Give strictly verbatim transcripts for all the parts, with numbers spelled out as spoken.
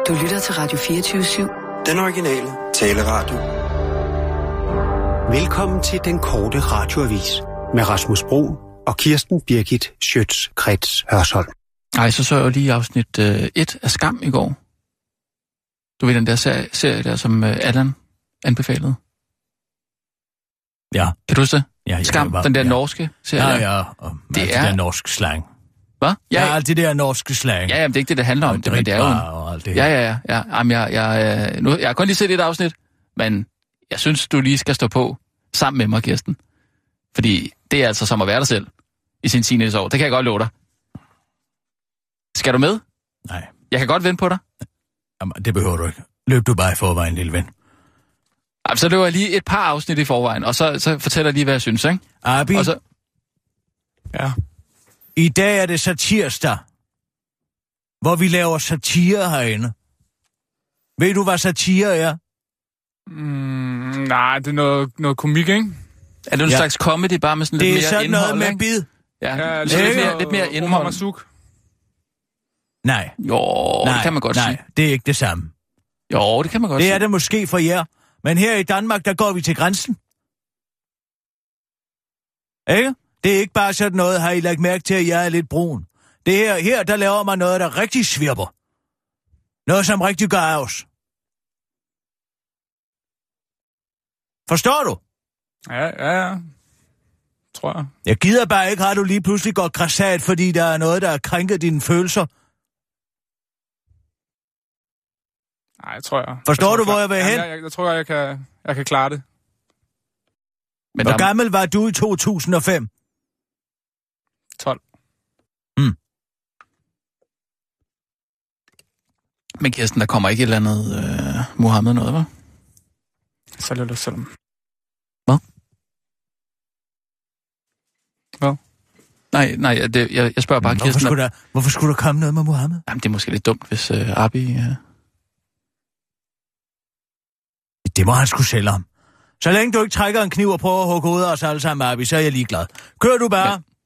Du lytter til Radio fireogtyve syv. Den originale taleradio. Velkommen til den korte radioavis med Rasmus Broen og Kirsten Birgit Schøtz-Krets Hørsholm. Ej, så så jeg jo lige afsnit øh, et af Skam i går. Du ved den der serie, serie der, som øh, Allan anbefalede. Ja. Kan du huske det? Ja, ja, Skam, var, den der ja. norske serie. Ja, ja, og det alt er... det der norsk slang. Hvad? Ja, ja, alt det der norske slang. Ja, jamen, det er ikke det, det handler om. Og det, men det er jo en... og alt det ja, ja, ja. ja. Jamen, jeg, jeg, jeg, nu, jeg har kun lige set et afsnit, men jeg synes, du lige skal stå på sammen med mig, Kirsten. Fordi det er altså som at være dig selv i sin teenageår. Det kan jeg godt love dig. Skal du med? Nej. Jeg kan godt vente på dig. Jamen, det behøver du ikke. Løb du bare i forvejen, lille ven. Jamen, så løber jeg lige et par afsnit i forvejen, og så, så fortæller jeg lige, hvad jeg synes, ikke? Abi, og så... ja. I dag er det satirsdag, hvor vi laver satire herinde. Ved du, hvad satire er? Mm, nej, det er noget, noget komik, ikke? Er det en ja. slags comedy, bare med sådan lidt mere indhold, Det er sådan noget med bid. Ja, ja lidt, lidt, mere, lidt mere indhold. Masuk. Nej. Jo, nej, det kan man godt nej, sige. Nej, det er ikke det samme. Jo, det kan man godt det sige. Det er det måske for jer. Men her i Danmark, der går vi til grænsen. Ikke? Det er ikke bare sådan noget, har I lagt mærke til, at jeg er lidt brun. Det her, her der laver man noget, der rigtig svirper. Noget, som rigtig gør af os. Forstår du? Ja, ja, ja. Tror jeg. Jeg gider bare ikke, har du lige pludselig godt græsat, fordi der er noget, der har krænket dine følelser. Nej, jeg tror jeg. Forstår jeg du, hvor jeg vil hen? Ja, jeg, jeg, jeg tror, jeg kan, jeg kan klare det. Men hvor der... gammel var du i to tusind og fem? tolv. Hmm. Men Kirsten, der kommer ikke et eller andet øh, Mohammed noget, hva'? Så lidt selv. Hvad? Hvad? Nej, nej, det, jeg, jeg spørger bare hvorfor Kirsten... Skulle der, hvorfor skulle der komme noget med Mohammed? Jamen, det er måske lidt dumt, hvis øh, Abi... Øh... Det må han sgu selv om. Så længe du ikke trækker en kniv og prøver at hugge hovedet af os alle sammen, Abi, så er jeg ligeglad. Kør du bare. Men...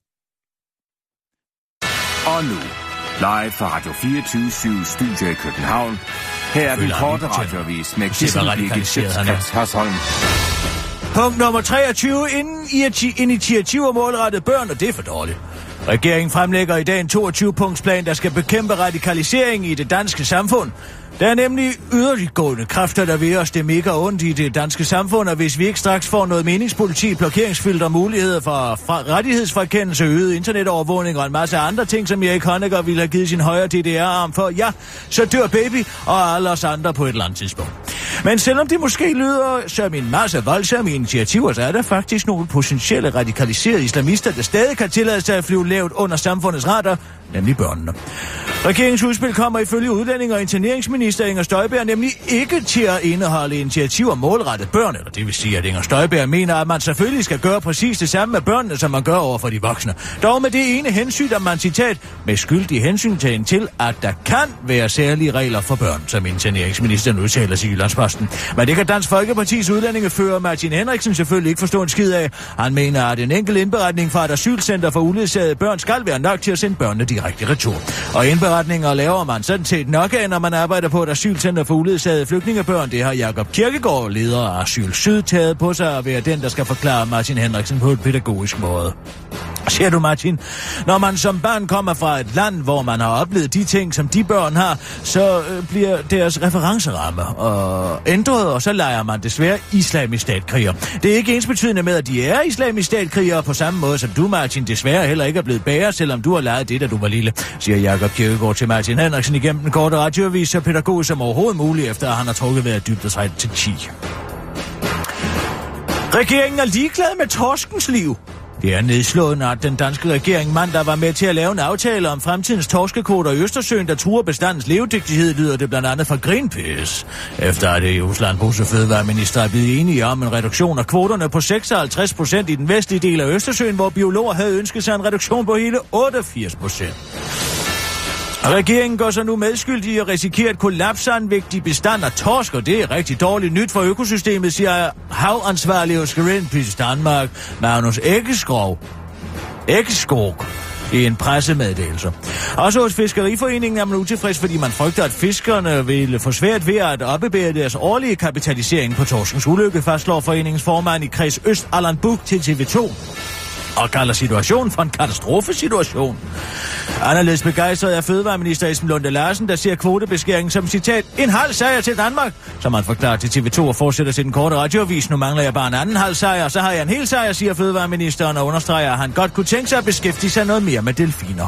Og nu, live fra Radio fireogtyve syv Studio i København. Her er den korte radioavis med Kirsten Birgit Schøtz-Krets Hørsholm. Punkt nummer treogtyve. Inden initiativer målrettet børn, og det er for dårligt. Regeringen fremlægger i dag en toogtyve-punktsplan, der skal bekæmpe radikalisering i det danske samfund. Der er nemlig yderliggående kræfter, der vil os det mega ondt i det danske samfund, og hvis vi ikke straks får noget meningspoliti, blokeringsfilter, muligheder for rettighedsfrakendelse, øget internetovervågning og en masse andre ting, som Erik Honecker ville have givet sin højre D D R-arm for, ja, så dør baby og alle os andre på et eller andet tidspunkt. Men selvom det måske lyder som en masse voldsomme initiativer, så er der faktisk nogle potentielle radikaliserede islamister, der stadig kan tillade sig at flyve lavt under samfundets radar, nemlig børnene. Regeringens udspil kommer ifølge udlænding- og interneringsminister Inger Støjberg nemlig ikke til at indeholde initiativer målrettet børn, eller det vil sige, at Inger Støjberg mener, at man selvfølgelig skal gøre præcis det samme med børnene, som man gør over for de voksne. Dog med det ene hensyn, at man citat med skyldig hensyntagen til, at der kan være særlige regler for børn, som interneringsministeren udtaler sig i Jyllandsposten. Men det kan Dansk Folkepartis udlændingefører Martin Henriksen selvfølgelig ikke forstå en skid af. Han mener, at en enkelt indberetning fra et asylcenter for uledsagede børn skal være nok til at sende børnene direkte retur. Og indberetninger laver man sådan set nok af, når man arbejder på et asylcenter for uledsagede flygtningebørn. Det har Jakob Kirkegaard, leder af Asyl Syd, taget på sig at være den, der skal forklare Martin Henriksen på et pædagogisk måde. Ser du, Martin? Når man som barn kommer fra et land, hvor man har oplevet de ting, som de børn har, så øh, bliver deres referenceramme og ændret, og så leger man desværre islamisk statkriger. Det er ikke ensbetydende med, at de er islamisk statkrigere på samme måde, som du, Martin, desværre heller ikke er blevet bager, selvom du har leget det, da du var lille, siger Jakob Kirkegaard til Martin Henriksen igennem den korte radioavis, så pædagog som overhovedet muligt, efter at han har trukket været dybet sig til ti. Regeringen er ligeglad med torskens liv. Det er nedslående, at den danske regering mandag var med til at lave en aftale om fremtidens torskekvoter i Østersøen, der truer bestandens levedygtighed, lyder det blandt andet fra Greenpeace. Efter at E U's landbrugs- og fødevareminister er blevet enige om en reduktion af kvoterne på seksoghalvtreds procent i den vestlige del af Østersøen, hvor biologer havde ønsket sig en reduktion på hele otteogfirs procent. Regeringen går så nu medskyldig i at risikere at kollapse en vigtig bestand af torsk, og det er rigtig dårligt nyt for økosystemet, siger havansvarlig hos Greenpeace Danmark, Magnus Eggeskov. Eggeskog. i en pressemeddelelse. Også hos Fiskeriforeningen er man utilfreds, fordi man frygter, at fiskerne vil få svært ved at opbevæge deres årlige kapitalisering på torskens ulykke, fastslår foreningens formand i Kreds Øst, Allan Buch, til T V to. Og kalder situationen for en katastrofesituation. Anderledes begejstret er fødevareminister Esben Lunde Larsen, der ser kvotebeskæringen som citat en halv sejr til Danmark, som han forklarer til T V to og fortsætter til den korte radioavis. Nu mangler jeg bare en anden halv sejr, så har jeg en hel sejr, siger fødevareministeren og understreger, at han godt kunne tænke sig at beskæftige sig noget mere med delfiner.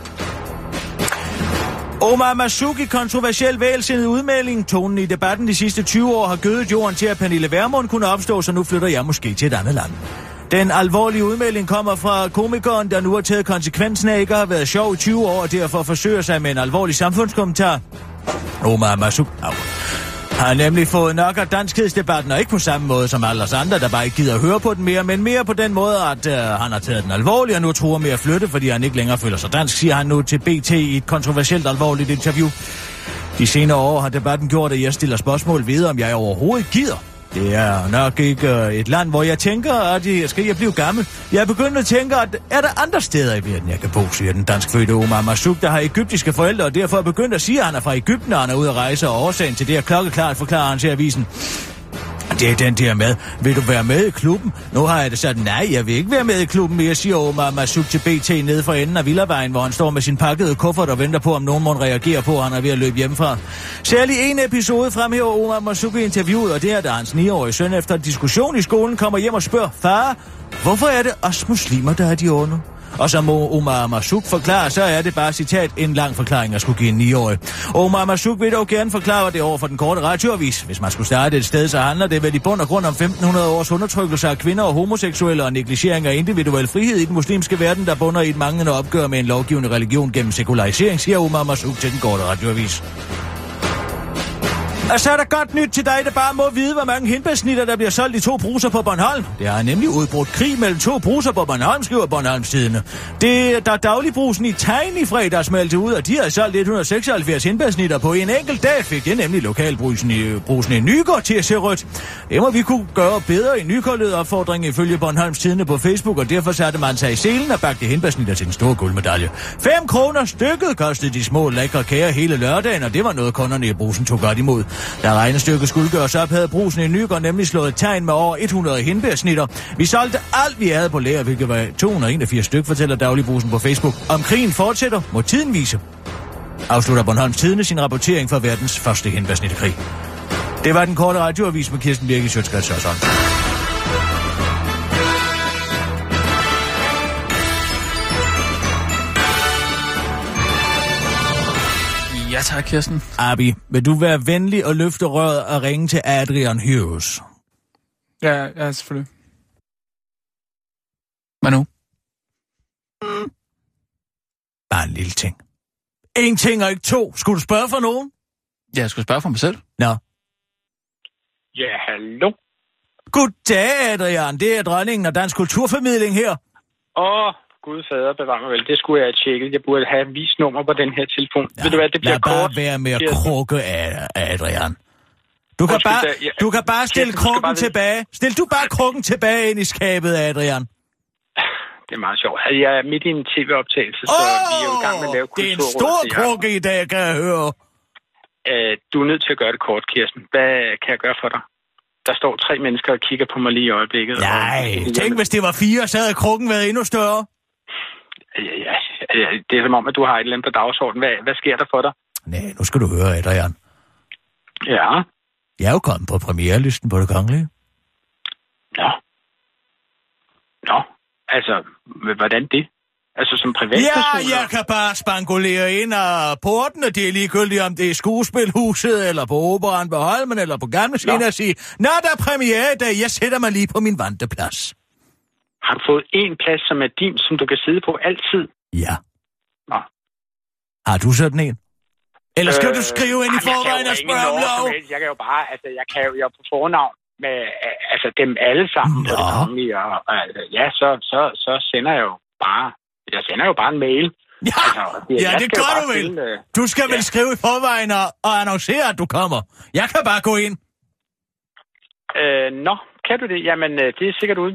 Omar Marzouk i kontroversiel vælsindet udmelding. Tonen i debatten de sidste tyve år har gødet jorden til, at Pernille Vermund kunne opstå, så nu flytter jeg måske til et andet land. Den alvorlige udmelding kommer fra komikeren, der nu har taget konsekvensen af ikke har været sjov i tyve år, og derfor forsøger sig med en alvorlig samfundskommentar. Omar Marzouk har nemlig fået nok af danskhedsdebatten, og ikke på samme måde som alle os andre, der bare ikke gider at høre på den mere, men mere på den måde, at øh, han har taget den alvorlig og nu truer med at flytte, fordi han ikke længere føler sig dansk, siger han nu til B T i et kontroversielt alvorligt interview. De senere år har debatten gjort, at jeg stiller spørgsmål ved, om jeg overhovedet gider. Det er nok ikke et land, hvor jeg tænker, at jeg skal jeg blive gammel. Jeg er begyndt at tænke, at er der andre steder i verden, jeg kan bo, siger den danskfødte Omar Marzouk, der har egyptiske forældre, og derfor er begyndt at sige, at han er fra Egypten, og han er ude at rejse, og årsagen til det er klokkeklart, forklarer han til avisen. Det er den der med, vil du være med i klubben? Nu har jeg det sådan, nej, jeg vil ikke være med i klubben mere, siger Omar Marzouk til B T nede for enden af Villavejen, hvor han står med sin pakkede kuffert og venter på, om nogen må reagere på, at han er ved at løbe hjemmefra. Særlig en episode fremhæver Omar Marzouk i interviewet, og det er, da hans niårige søn efter en diskussion i skolen kommer hjem og spørger, far, hvorfor er det os muslimer, der er de onde? Og som Omar Marzouk forklarer, så er det bare citat en lang forklaring at skulle give en niårig. Omar Marzouk vil dog gerne forklare det over for den korte radioavis. Hvis man skulle starte et sted, så handler det vel i bund og grund om femten hundrede års undertrykkelse af kvinder og homoseksuelle og negligering af individuel frihed i den muslimske verden, der bunder i et manglende opgør med en lovgivende religion gennem sekularisering, siger Omar Marzouk til den korte radioavis. Og så er der godt nyt til dig, der bare må vide, hvor mange hindbærsnitter, der bliver solgt i to bruser på Bornholm. Det har nemlig udbrudt krig mellem to bruser på Bornholm, skriver Bornholms Tidende. Det der dagligbrusen i Tegn i fredags meldte ud, at de havde solgt et hundrede og seksoghalvfjerds hindbærsnitter på en enkelt dag, fik det nemlig lokalbrusen i, brusen i Nygård til at se rødt. Det må vi kunne gøre bedre i Nygård, lød opfordringen ifølge Bornholms Tidende på Facebook, og derfor satte man sig i selen og bagte hindbærsnitter til den store guldmedalje. Fem kroner stykket kostede de små lækre kager hele lørdagen, og det var noget kunderne i brusen tog godt imod. Da regnestykket skulle gøres op, havde brusen i Nygård nemlig slået et tegn med over hundrede hindbærsnitter. Vi solgte alt, vi havde på lager, hvilket var to hundrede og enogfirs styk, fortæller dagligbrusen på Facebook. Om krigen fortsætter, må tiden vise. Afslutter Bornholms Tidende sin rapportering fra verdens første hindbærsnittekrig. Det var den korte radioavis med Kirsten Birgit Schøtzgrads Hørsholm. Ja tak, Kirsten. Abi, vil du være venlig og løfte røret og ringe til Adrian Hughes? Ja, ja, selvfølgelig. Hvad nu? Mm. Bare en lille ting. En ting og ikke to. Skulle du spørge for nogen? Ja, jeg skulle spørge for mig selv. Nå. Ja, hallo. Goddag, Adrian. Det er dronningen af Dansk Kulturformidling her. Åh, Gud fader, bevar mig vel. Det skulle jeg have tjekket. Jeg burde have vist nummer på den her telefon. Ja, ved du hvad, det bliver kort. Lad bare være med at krukke, Adrian. Du kan, bare, da, ja. du kan bare stille Kirsten, krukken bare tilbage. Stil du bare krukken tilbage ind i skabet, Adrian. Det er meget sjovt. Jeg er midt i en tv-optagelse, så oh, vi er jo i gang med at lave kulturrådet. Det er en stor krukke i dag, kan jeg høre. Uh, du er nødt til at gøre det kort, Kirsten. Hvad kan jeg gøre for dig? Der står tre mennesker og kigger på mig lige i øjeblikket. Nej, og... tænk hvis det var fire, så havde krukken været endnu større. Ja, ja, ja, det er som om, at du har et eller andet på dagsordenen. Hvad, hvad sker der for dig? Nej, nu skal du høre, Adrian. Ja? Jeg er jo kommet på premierelisten på Det Kongelige. Nå. Nå, altså, hvordan det? Altså som privatperson? Ja, jeg kan bare spangulere ind af porten, og det er ligegyldigt, om det er skuespilhuset, eller på Operan på Holmen, eller på Gamle Scene, og sige, nå, der er premiere i dag, jeg sætter mig lige på min vanteplads. Har du fået en plads, som er din, som du kan sidde på altid? Ja. Nå. Har du sådan en? Eller skal øh, du skrive ind i forvejen og spørge om lov? Jeg kan jo bare, altså, jeg kan jo jeg på fornavn med, altså, dem alle sammen på Det Kongelige, og, og ja, så, så, så sender jeg jo bare, jeg sender jo bare en mail. Ja, altså, det, ja, det gør du vel. Stille, du skal ja. vel skrive i forvejen og, og annoncere, at du kommer. Jeg kan bare gå ind. Øh, nå, kan du det? Jamen, det er sikkert udmærket.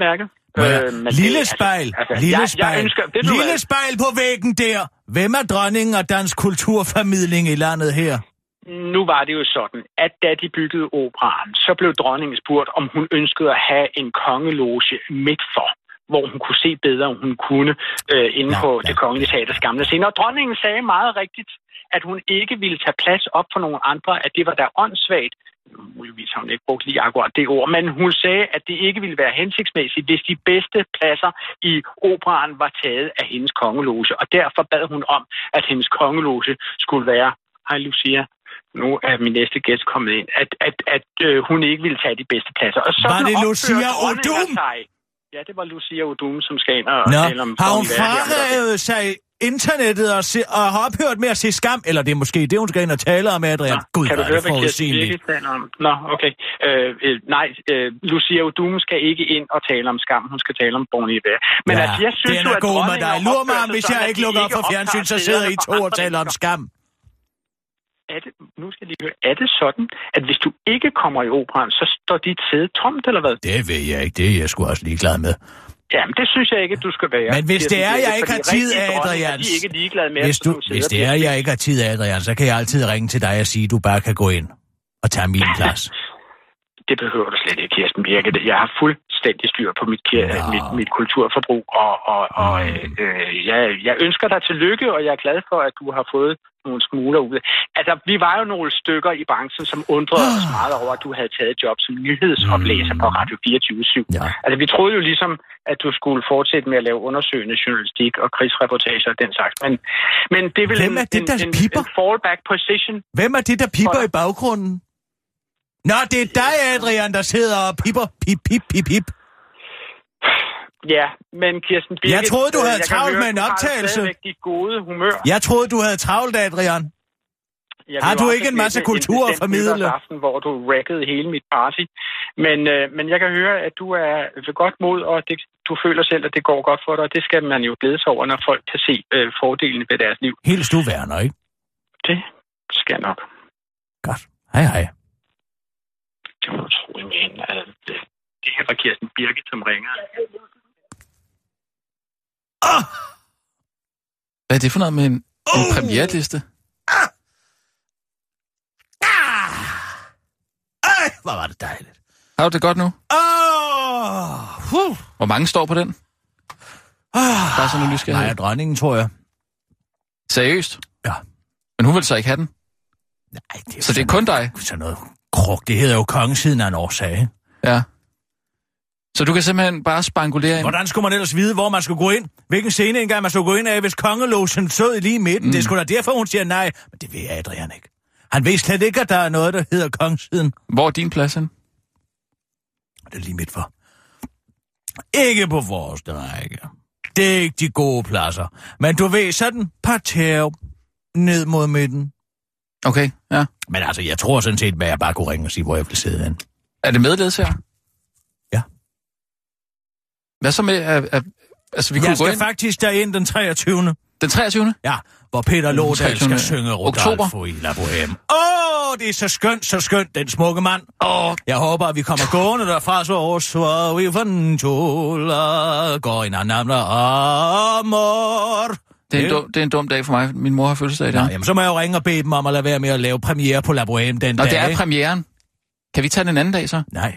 Øh, lille det, spejl, altså, altså, lille jeg, spejl, jeg ønsker, det, lille spejl på væggen der. Hvem er dronningen af dansk kulturformidling i landet her? Nu var det jo sådan, at da de byggede operaen, så blev dronningen spurgt, om hun ønskede at have en kongeloge midt for, hvor hun kunne se bedre, end hun kunne øh, inde ja, på ja, det kongelige teaters gamle scene. Og dronningen sagde meget rigtigt, at hun ikke ville tage plads op for nogle andre, at det var der åndssvagt. Muligvis har hun ikke brugt lige akkurat det ord, men hun sagde, at det ikke ville være hensigtsmæssigt, hvis de bedste pladser i operaen var taget af hendes kongeloge. Og derfor bad hun om, at hendes kongeloge skulle være, hej Lucia, nu er min næste gæst kommet ind, at, at, at øh, hun ikke ville tage de bedste pladser. Og så var det Lucia Odum? Ja, det var Lucia Odum, som skal ind og Nå, tale om... Har hun frarevet sig internettet og, se, og har ophørt med at se Skam? Eller det er måske det, hun skal ind og tale om, Adrian? Nå, Gud, kan du høre, hvad Kirsten Birgit taler om? Nå, okay. Øh, øh, nej, øh, Lucia Odum skal ikke ind og tale om Skam. Hun skal tale om Bon Iver. Men ja, altså, jeg synes den jo, er at god med dig. Lur mig, hvis jeg ikke lukker op for fjernsyn, så sidder I to og taler om Skam. Er det, nu skal jeg lige høre, er det sådan, at hvis du ikke kommer i operaen, så står dit sæde tomt, eller hvad? Det ved jeg ikke. Det er jeg sgu også ligeglad med. Jamen, det synes jeg ikke, at du skal være. Men hvis det er, jeg ikke har tid, Adrian, hvis, du, hvis det er, jeg ikke har tid, Adrian, så kan jeg altid ringe til dig og sige, at du bare kan gå ind og tage min plads. Det behøver du slet ikke, Kirsten Birke. Jeg har fuldstændig styr på mit, ja. mit, mit kulturforbrug, og, og, og mm. øh, jeg, jeg ønsker dig tillykke, og jeg er glad for, at du har fået nogle smuler ud. Altså, vi var jo nogle stykker i branchen, som undrede os meget over, at du havde taget job som nyhedsoplæser mm. på Radio fireogtyve syv. Ja. Altså, vi troede jo ligesom, at du skulle fortsætte med at lave undersøgende journalistik og krigsreportager og den slags. Men, men det er vel Hvem er en, det, der en, piper? en fallback position. Hvem er det, der piper i baggrunden? Nå, det er dig, Adrian, der sidder og pipper. Pip, pip, pip, pip. Ja, men Kirsten Birgit... Jeg troede, du havde travlt med en optagelse. Jeg dit gode humør. Jeg troede, du havde travlt, Adrian. Har du ikke en masse kultur at formidle? Aften, hvor du rækkede hele mit party. Men, øh, men jeg kan høre, at du er ved godt mod, og det, du føler selv, at det går godt for dig. Og det skal man jo glæde sig over, når folk kan se øh, fordelene ved deres liv. Helt du værner, ikke? Det skal nok. Godt. Hej, hej. Det var utroligt, men at det, det her var Kirsten Birgit, som ringer. Oh! Hvad er det for noget med en, oh! en premierliste? Ah! Ah! Ej, hvor var det dejligt. Har du det godt nu? Oh! Uh! Hvor mange står på den? Oh! Bare sådan en nysgerrighed. Nej, dronningen, tror jeg. Seriøst? Ja. Men hun vil så ikke have den? Nej, det er så det er kun noget, dig? Sådan noget kruk. Det hedder jo kongesiden af en årsag. Ja. Så du kan simpelthen bare spangulere ind? Hvordan skulle man ellers vide, hvor man skulle gå ind? Hvilken scene engang man skulle gå ind af, hvis kongelogen stod lige i midten? Mm. Det skulle da derfor, hun siger nej. Men det ved Adrian ikke. Han ved slet ikke, at der er noget, der hedder kongesiden. Hvor er din plads hen? Det er lige midt for. Ikke på forreste række. Det er ikke de gode pladser. Men du ved, sådan parterre ned mod midten. Okay, ja. Men altså, jeg tror sådan set, at jeg bare kunne ringe og sige, hvor jeg vil sidde hen. Er det medledsager? Ja. Hvad så med... At, at, altså, vi jeg kunne skal gå ind? faktisk derind den treogtyvende. Den treogtyvende? Ja, hvor Peter Lodal skal synge Rodolfo i La Bohème. Åh, oh, det er så skønt, så skønt, den smukke mand. Oh. Jeg håber, at vi kommer gående derfra, så oversvar vi fantola, går ind og namler amor. Det er, en dum, det er en dum dag for mig. Min mor har fødselsdag i dag. Nå, jamen, så må jeg jo ringe og bede dem om at lade være med at lave premiere på La Bohème den Nå, dag. det er premieren. Kan vi tage den en anden dag så? Nej.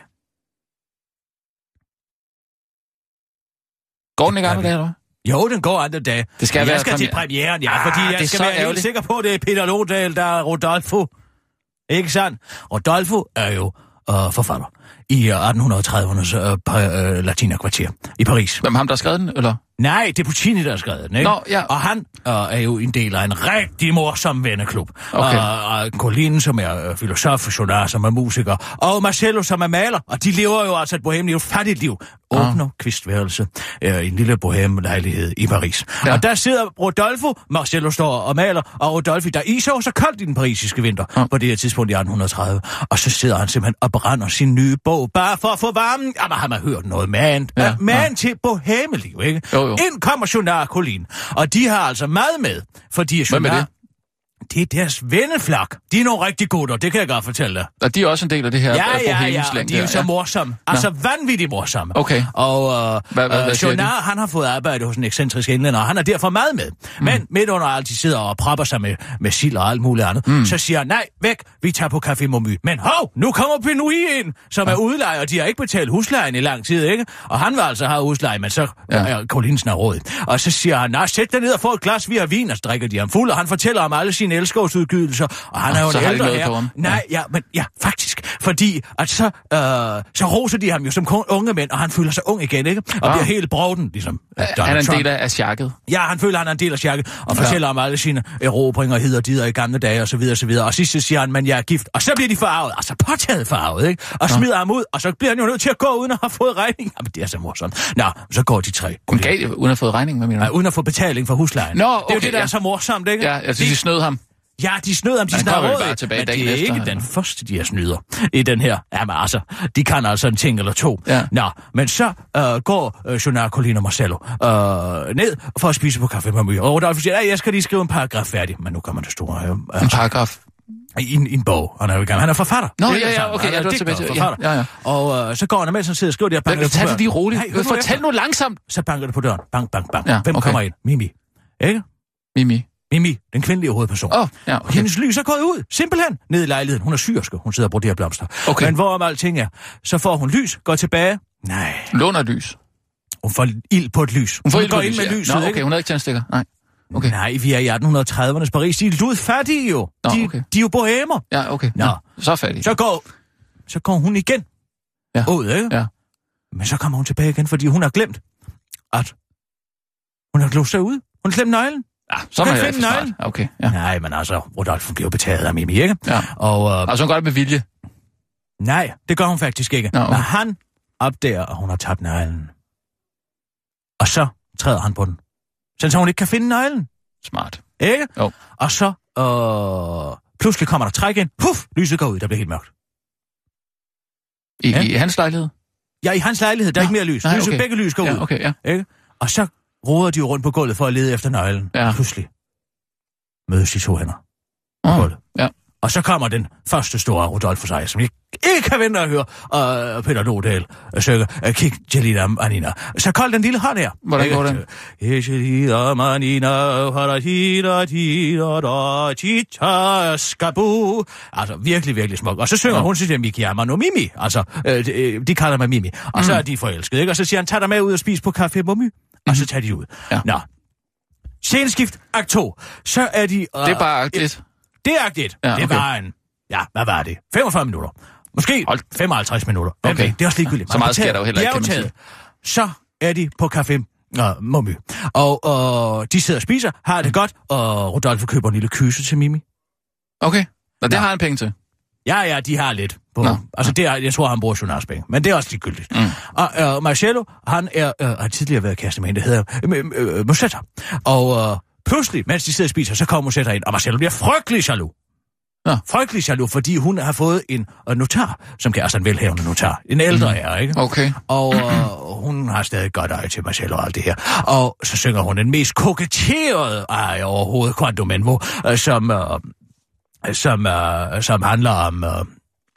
Går den ikke andre dag, eller hvad? Jo, den går andre dage. Det skal jeg være skal premiere. til premieren, ja, fordi ah, jeg skal være ærgerligt. Helt sikker på, at det er Peter Lodal, der er Rodolfo. Ikke sandt? Rodolfo er jo øh, forfatter i atten tredivernes øh, øh, latinerkvarter i Paris. Hvem ham, der har skrevet den, eller? Nej, det er Puccini, der har skrevet den, ikke? Nå, ja. Og han øh, er jo en del af en rigtig morsom venneklub. Okay. Og, og Colin, som er øh, filosof, Jonas, som er musiker, og Marcello, som er maler. Og de lever jo altså et bohemliv, et fattigt liv. Åbner ah. kvistværelse øh, i en lille bohem-lejlighed i Paris. Ja. Og der sidder Rodolfo, Marcello står og maler, og Rodolfo, der is så koldt i den parisiske vinter, ah. på det her tidspunkt i atten tredive. Og så sidder han simpelthen og brænder sin nye bog, bare for at få varmen. Jamen, han har hørt noget man. Ja. Man ja. til bohemeliv, ikke? Jo, jo. Ind kommer Jonas og Colin. Og de har altså mad med, fordi Hvem er det? Det er deres venneflok. De er nogle rigtig gutter, det kan jeg godt fortælle dig. Og de er også en del af det her ja, ja, ja, de er jo så ja. morsomme. Altså Nå. vanvittigt morsomme. Okay. Og uh, hvad, hvad, hvad Jonar, han har fået arbejde hos en ekscentrisk englænder, og han er derfor meget med. Mm. Men midt under alt, de sidder og propper sig med, med sild og alt muligt andet, mm. så siger han, nej, væk, vi tager på Café Momy. Men hov, nu kommer Penui ind, som ja. er udlejer, og de har ikke betalt huslejen i lang tid, ikke? Og han vil altså have husleje, men så ja. er Colinsen af råd. Og så siger han, nej, sæt dig ned og få et glas, vi har vin, og så drikker de ham fuld, og han fortæller om alle sine elskovsudgydelser, og han ja, er jo en ældre her. Nej, ja, men ja, faktisk, fordi at så, øh, så roser de ham jo som unge mænd, og han føler sig ung igen, ikke? Og ja. bliver helt brovden, ligesom Han er en Trump. del af sjakket. Ja, han føler, han er en del af sjakket, og fortæller ja. om alle sine erobringer, hid og dider i gamle dage, og så videre, og så videre. Og sidst siger han, men jeg er gift, og så bliver de farvet, altså påtaget farvet, ikke? Og ja. smider ham ud, og så bliver han jo nødt til at gå, uden at have fået regning. Jamen, det er så morsomt. Nå, så går de tre. Hun gav, uden at have fået regning, hvad mener du? Nej, uden at få betaling for huslejen. Nå, okay, det er jo det, der ja. er så morsomt, ikke? Ja, altså, de, de snød ham. Ja, de snød ham, de snød råd, men det er efter, ikke den første, de er snyder i den her. Jamen altså, de kan altså en ting eller to. Ja. Nå, men så øh, går øh, Jonar, Colin og Marcello øh, ned for at spise på Café Momy. Og Rodolfo siger, jeg skal lige skrive en paragraf færdig. Men nu kommer det store. Øh, øh, en paragraf? I en, en bog. Han er jo i gang. Han er forfatter. Nå, ja, ja, okay. Han er ja, digter og forfatter. Ja, ja. Og øh, så går han, mens han sidder og skriver det her. Men tag det lige roligt. Nej, fortæl nu langsomt. Så banker det på døren. Bang, bang, bang. Ja, Hvem okay. kommer ind? Mimi. Ikke? Mimi. Mimi, den kvindelige hovedperson. Åh, oh, ja, okay. Hendes lys er gået ud, simpelthen, ned i lejligheden. Hun er syrske, hun sidder og broderer blomster. Okay. Men hvorom alting er, så får hun lys, går tilbage. Nej. Låner lys. Hun får ild på et lys. Hun, får hun går ind med ja. lyset, Nå, okay, ikke? hun har ikke tændstikker. Nej. Okay. Nej, vi er i atten tredivernes Paris. De er ludfattige jo. Nå, de, okay. de er jo bohemer. Ja, okay. Nå. Ja. Så fattige. Så går, så går hun igen ja. ud, ikke? Ja. Men så kommer hun tilbage igen, fordi hun har glemt, at hun har låst sig ud. Hun har glemt nøglen. Ja, så må jeg ikke snart. Okay, ja. Nej, men altså, Rodolfo bliver betaget af Mimi, ikke? Ja. Og, øh, altså, hun gør det med vilje? Nej, det gør hun faktisk ikke. Nå, okay. Men han opdager, at hun har tabt nøglen. Og så træder han på den. Så hun ikke kan finde nøglen. Smart. Ikke? Jo. Og så øh, pludselig kommer der træk ind. Puff! Lyset går ud, der bliver helt mørkt. I, ja. i hans lejlighed? Ja, i hans lejlighed. Der er Nå. ikke mere lys. Nej, Lyset, okay. begge lys går ja, ud. Okay, ja. Ikke? Og så roder de jo rundt på gulvet for at lede efter nøglen. Ja. Pludselig mødes de to hænder på oh, gulvet. Ja. Og så kommer den første store Rodolfo sig, som jeg ikke kan vente at høre, og Peter Lodal synger, kig, Gelida Manina. Så kold den lille hånd her. Hvordan går den? Gelida Manina, harahira, tira, da, tita, skabu. Altså, virkelig, virkelig smuk. Og så synger ja. hun til Miki Amano Mimi. Altså, øh, de kalder mig Mimi. Og mm. så er de forelskede, ikke? Og så siger han, tag dig med ud og spise på Café Momy. Mm. Og så tager de ud. Ja. Nå. Sceneskift, akt to. Så er de... Uh, det er bare akt et. Det er akt et. Ja, okay. Det var en... Ja, hvad var det? femogfyrre minutter. Måske Hold. femoghalvtreds minutter. Okay. Det er også ligegyldigt. Så meget sker der jo heller ikke, kan man sige. Så er de på Café uh, Momy. Og uh, de sidder og spiser, har det mm. godt, og Rodolfo køber en lille kyse til Mimi. Okay. Og det Nå. har han penge til? Ja, ja, de har lidt. På, Nå. Altså, det er, jeg tror, han bruger Jonars penge. Men det er også ligegyldigt. Mm. Og uh, Marcello, han er, uh, har tidligere været kæreste med en, der hedder uh, uh, Musetta. Og uh, pludselig, mens de sidder og spiser, så kommer Musetta ind, og Marcello bliver frygtelig jaloux. Ja. Frygtelig jaloux, fordi hun har fået en uh, notar, som kan altså en velhavende notar. En ældre mm. er, ikke? Okay. Og uh, hun har stadig godt øje til Marcello og alt det her. Og så synger hun den mest koketterede ej overhovedet, Quanto Menvo, uh, som... Uh, Som, øh, som handler om... Øh,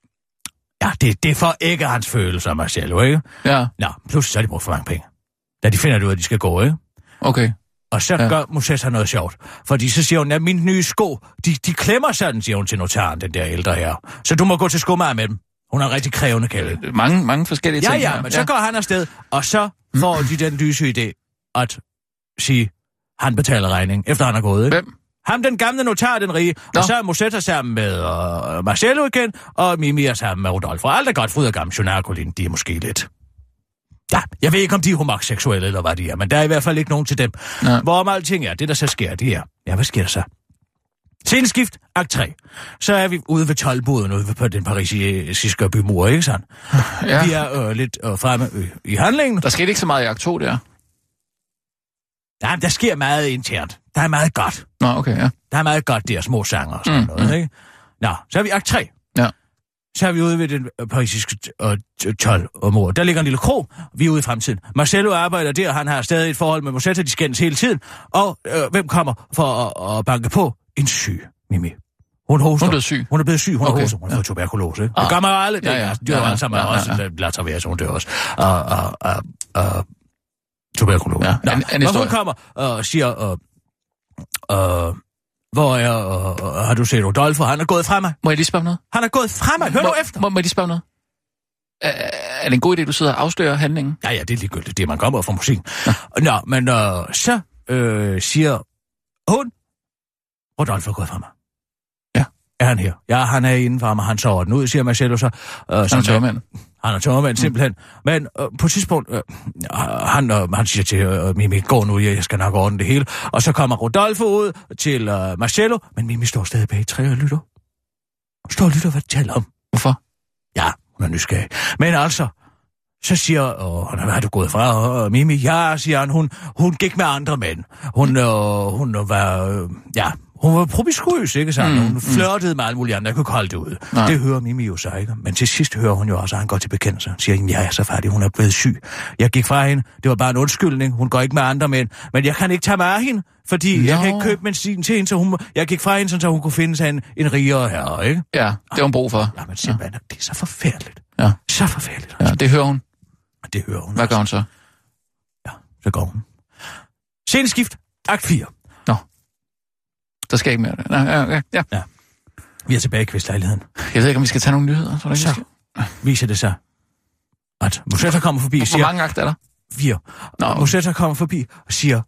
ja, det, det er for ikke hans følelser, Marcello, ikke? Ja. Nå, pludselig så har de brugt for mange penge. Da de finder det ud af, at de skal gå, ikke? Okay. Og så ja. gør Musetta noget sjovt. Fordi så siger hun, at mine nye sko, de, de klemmer sådan, siger hun til notaren, den der ældre her. Så du må gå til skomager med dem. Hun er en rigtig krævende kælde. Mange, mange forskellige ting. Ja, ja, men ja. så går han afsted, og så får de den lyse idé at sige, han betaler regning, efter han er gået, ikke? Hvem? Ham, den gamle notar, den rige. Nå. Og så er Musetta sammen med uh, Marcello igen, og Mimi er sammen med Rodolfo. Alt er godt, fryd og gammel. Jonar og Colin, de er måske lidt... Ja, jeg ved ikke, om de er homoseksuelle, eller hvad de er, men der er i hvert fald ikke nogen til dem. Ja. Hvorom alting er, det der så sker, det er... Ja, hvad sker der så? Sceneskift, akt tre. Så er vi ude ved toldboden, ude på den parisiske bymur, ikke sandt? Ja. Vi er øh, lidt øh, fremme øh, i handlingen. Der skete ikke så meget i akt to, der. Ja, der sker meget internt. Der er meget godt. Nå, okay, ja. Der er meget godt, der små sanger og sådan mm, noget, mm. ikke? Nå, så er vi akt tre. Ja. Så er vi ude ved den parisiske øh, toldområde. Der ligger en lille krog. Vi er ude i fremtiden. Marcello arbejder der, han har stadig et forhold med Musetta, de skændes hele tiden. Og øh, hvem kommer for at, at banke på? En syg Mimi. Hun hoster. Hun er blevet syg? Hun er blevet syg, hun okay. har hoster. Hun har ja. fået tuberkulose. Ikke? Ah. Det gør man jo aldrig. Det ja, ja. er jo alle sammen ja, ja, også. Ja. Lad sig være, så hun dør også. Og, og, og, og tuberkulose. Ja, Nå, en, en når hun kommer og siger, øh, øh, hvor er, øh, har du set Rodolfo? Han er gået fra mig. Må jeg lige spørge noget? Han er gået fra mig. Hør må, nu efter. Må, må jeg lige spørge noget? Er, er det en god idé, du sidder og afslører handlingen? Ja, ja, det er ligegyldigt. Det er, man kommer fra musik. Ja. Nå, men øh, så øh, siger hun, Rodolfo er gået fra mig. Ja. Er han her? Ja, han er inden for mig. Han sover den ud, siger Marcello så. Øh, han er tørmand. Han er tørmand, simpelthen. Mm. Men øh, på et tidspunkt, øh, han, øh, han siger til øh, Mimi, gå nu, jeg skal nok ordne det hele. Og så kommer Rodolfo ud til øh, Marcello, men Mimi står stadig bag et træ og lytter. Hun står og lytter, hvad de taler om. Hvorfor? Ja, hun er nysgerrig. Men altså, så siger åh, hvad er du gået fra, og Mimi? Ja, siger han, hun, hun gik med andre mænd. Hun, øh, hun var, øh, ja, hun var promiskuøs, ikke sandt? Mm, hun flirtede mm. med alle mulige andre, jeg kunne ikke holde det ud. Nej. Det hører Mimi jo så, ikke? Men til sidst hører hun jo også, at han går til bekendelse. Siger, ja, jeg er så færdig, hun er blevet syg. Jeg gik fra hende, det var bare en undskyldning, hun går ikke med andre mænd. Men jeg kan ikke tage mig af hende, fordi no. jeg kan ikke købe benzin til hende, så hun, jeg gik fra hende, så hun kunne finde sig en, en rigere herre, ikke? Ja, det har hun brug for. Ja, men simpelthen, ja. Det er så forfærdeligt. Ja. Så forfærdeligt. Ja, det hører hun. Det hører hun. Hvad gør hun så? Ja, så går hun. Sceneskift, akt fire. Nå. Der skal ikke mere. Ja, ja, ja. ja. Vi er tilbage i kvistlejligheden. Jeg ved ikke, om vi skal tage nogle nyheder. Tror du, så viser det sig, at Musetta kommer forbi og siger... Hvor mange akt er der? Fire. Nå. Musetta kommer forbi og siger,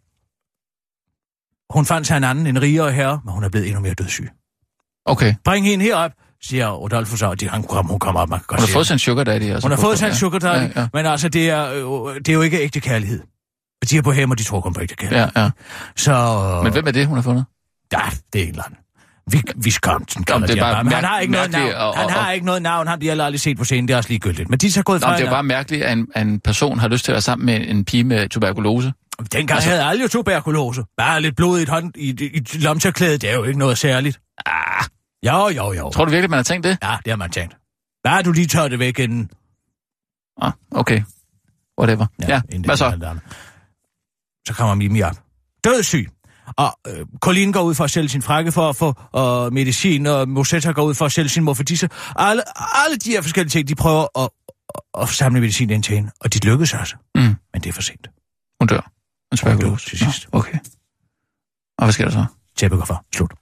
hun fandt sig en anden, en rigere herre, men hun er blevet endnu mere dødssyg. Okay. Bring hende herop, siger Rodolfo så, og de, han, hun kommer op. Man kan hun har fået sin sugar daddy. Altså hun har fået sin sugar daddy, ja, ja. Men altså, det er, det er jo ikke ægte kærlighed. De er på hem, og de tror kun på ægte kærlighed. Ja, ja. Så... Men hvem er det, hun har fundet? Ja, det er en eller anden. Vi, vi kom til den det er bare han har ikke noget navn. Og, og, han har ikke noget navn. Han bliver aldrig set på scenen. Det er også ligegyldigt. Men de er så gået fra. Det er jo bare mærkeligt, at en, en person har lyst til at være sammen med en pige med tuberkulose. Dengang altså, havde alle jo tuberkulose. Bare lidt blod i et, hånd, i, i, i lomtørklæde, det er jo ikke noget særligt. Ah. Jo, jo, jo. Tror du virkelig, man har tænkt det? Ja, det har man tænkt. Hvad har du lige tørret det væk inden? Ah, okay. Whatever. Ja, ja. Hvad så? Så kommer Mimi op. Dødssyg. Og øh, Colleen går ud for at sælge sin frakke for at få øh, medicin, og Musetta går ud for at sælge sin morfadisse. Alle, alle de her forskellige ting, de prøver at, at, at samle medicin ind til hende, og de lykkes altså. Mm. Men det er for sent. Hun dør. Hun dør til sidst. Ja, okay. Og hvad sker der så? Tæppe går for. Slut.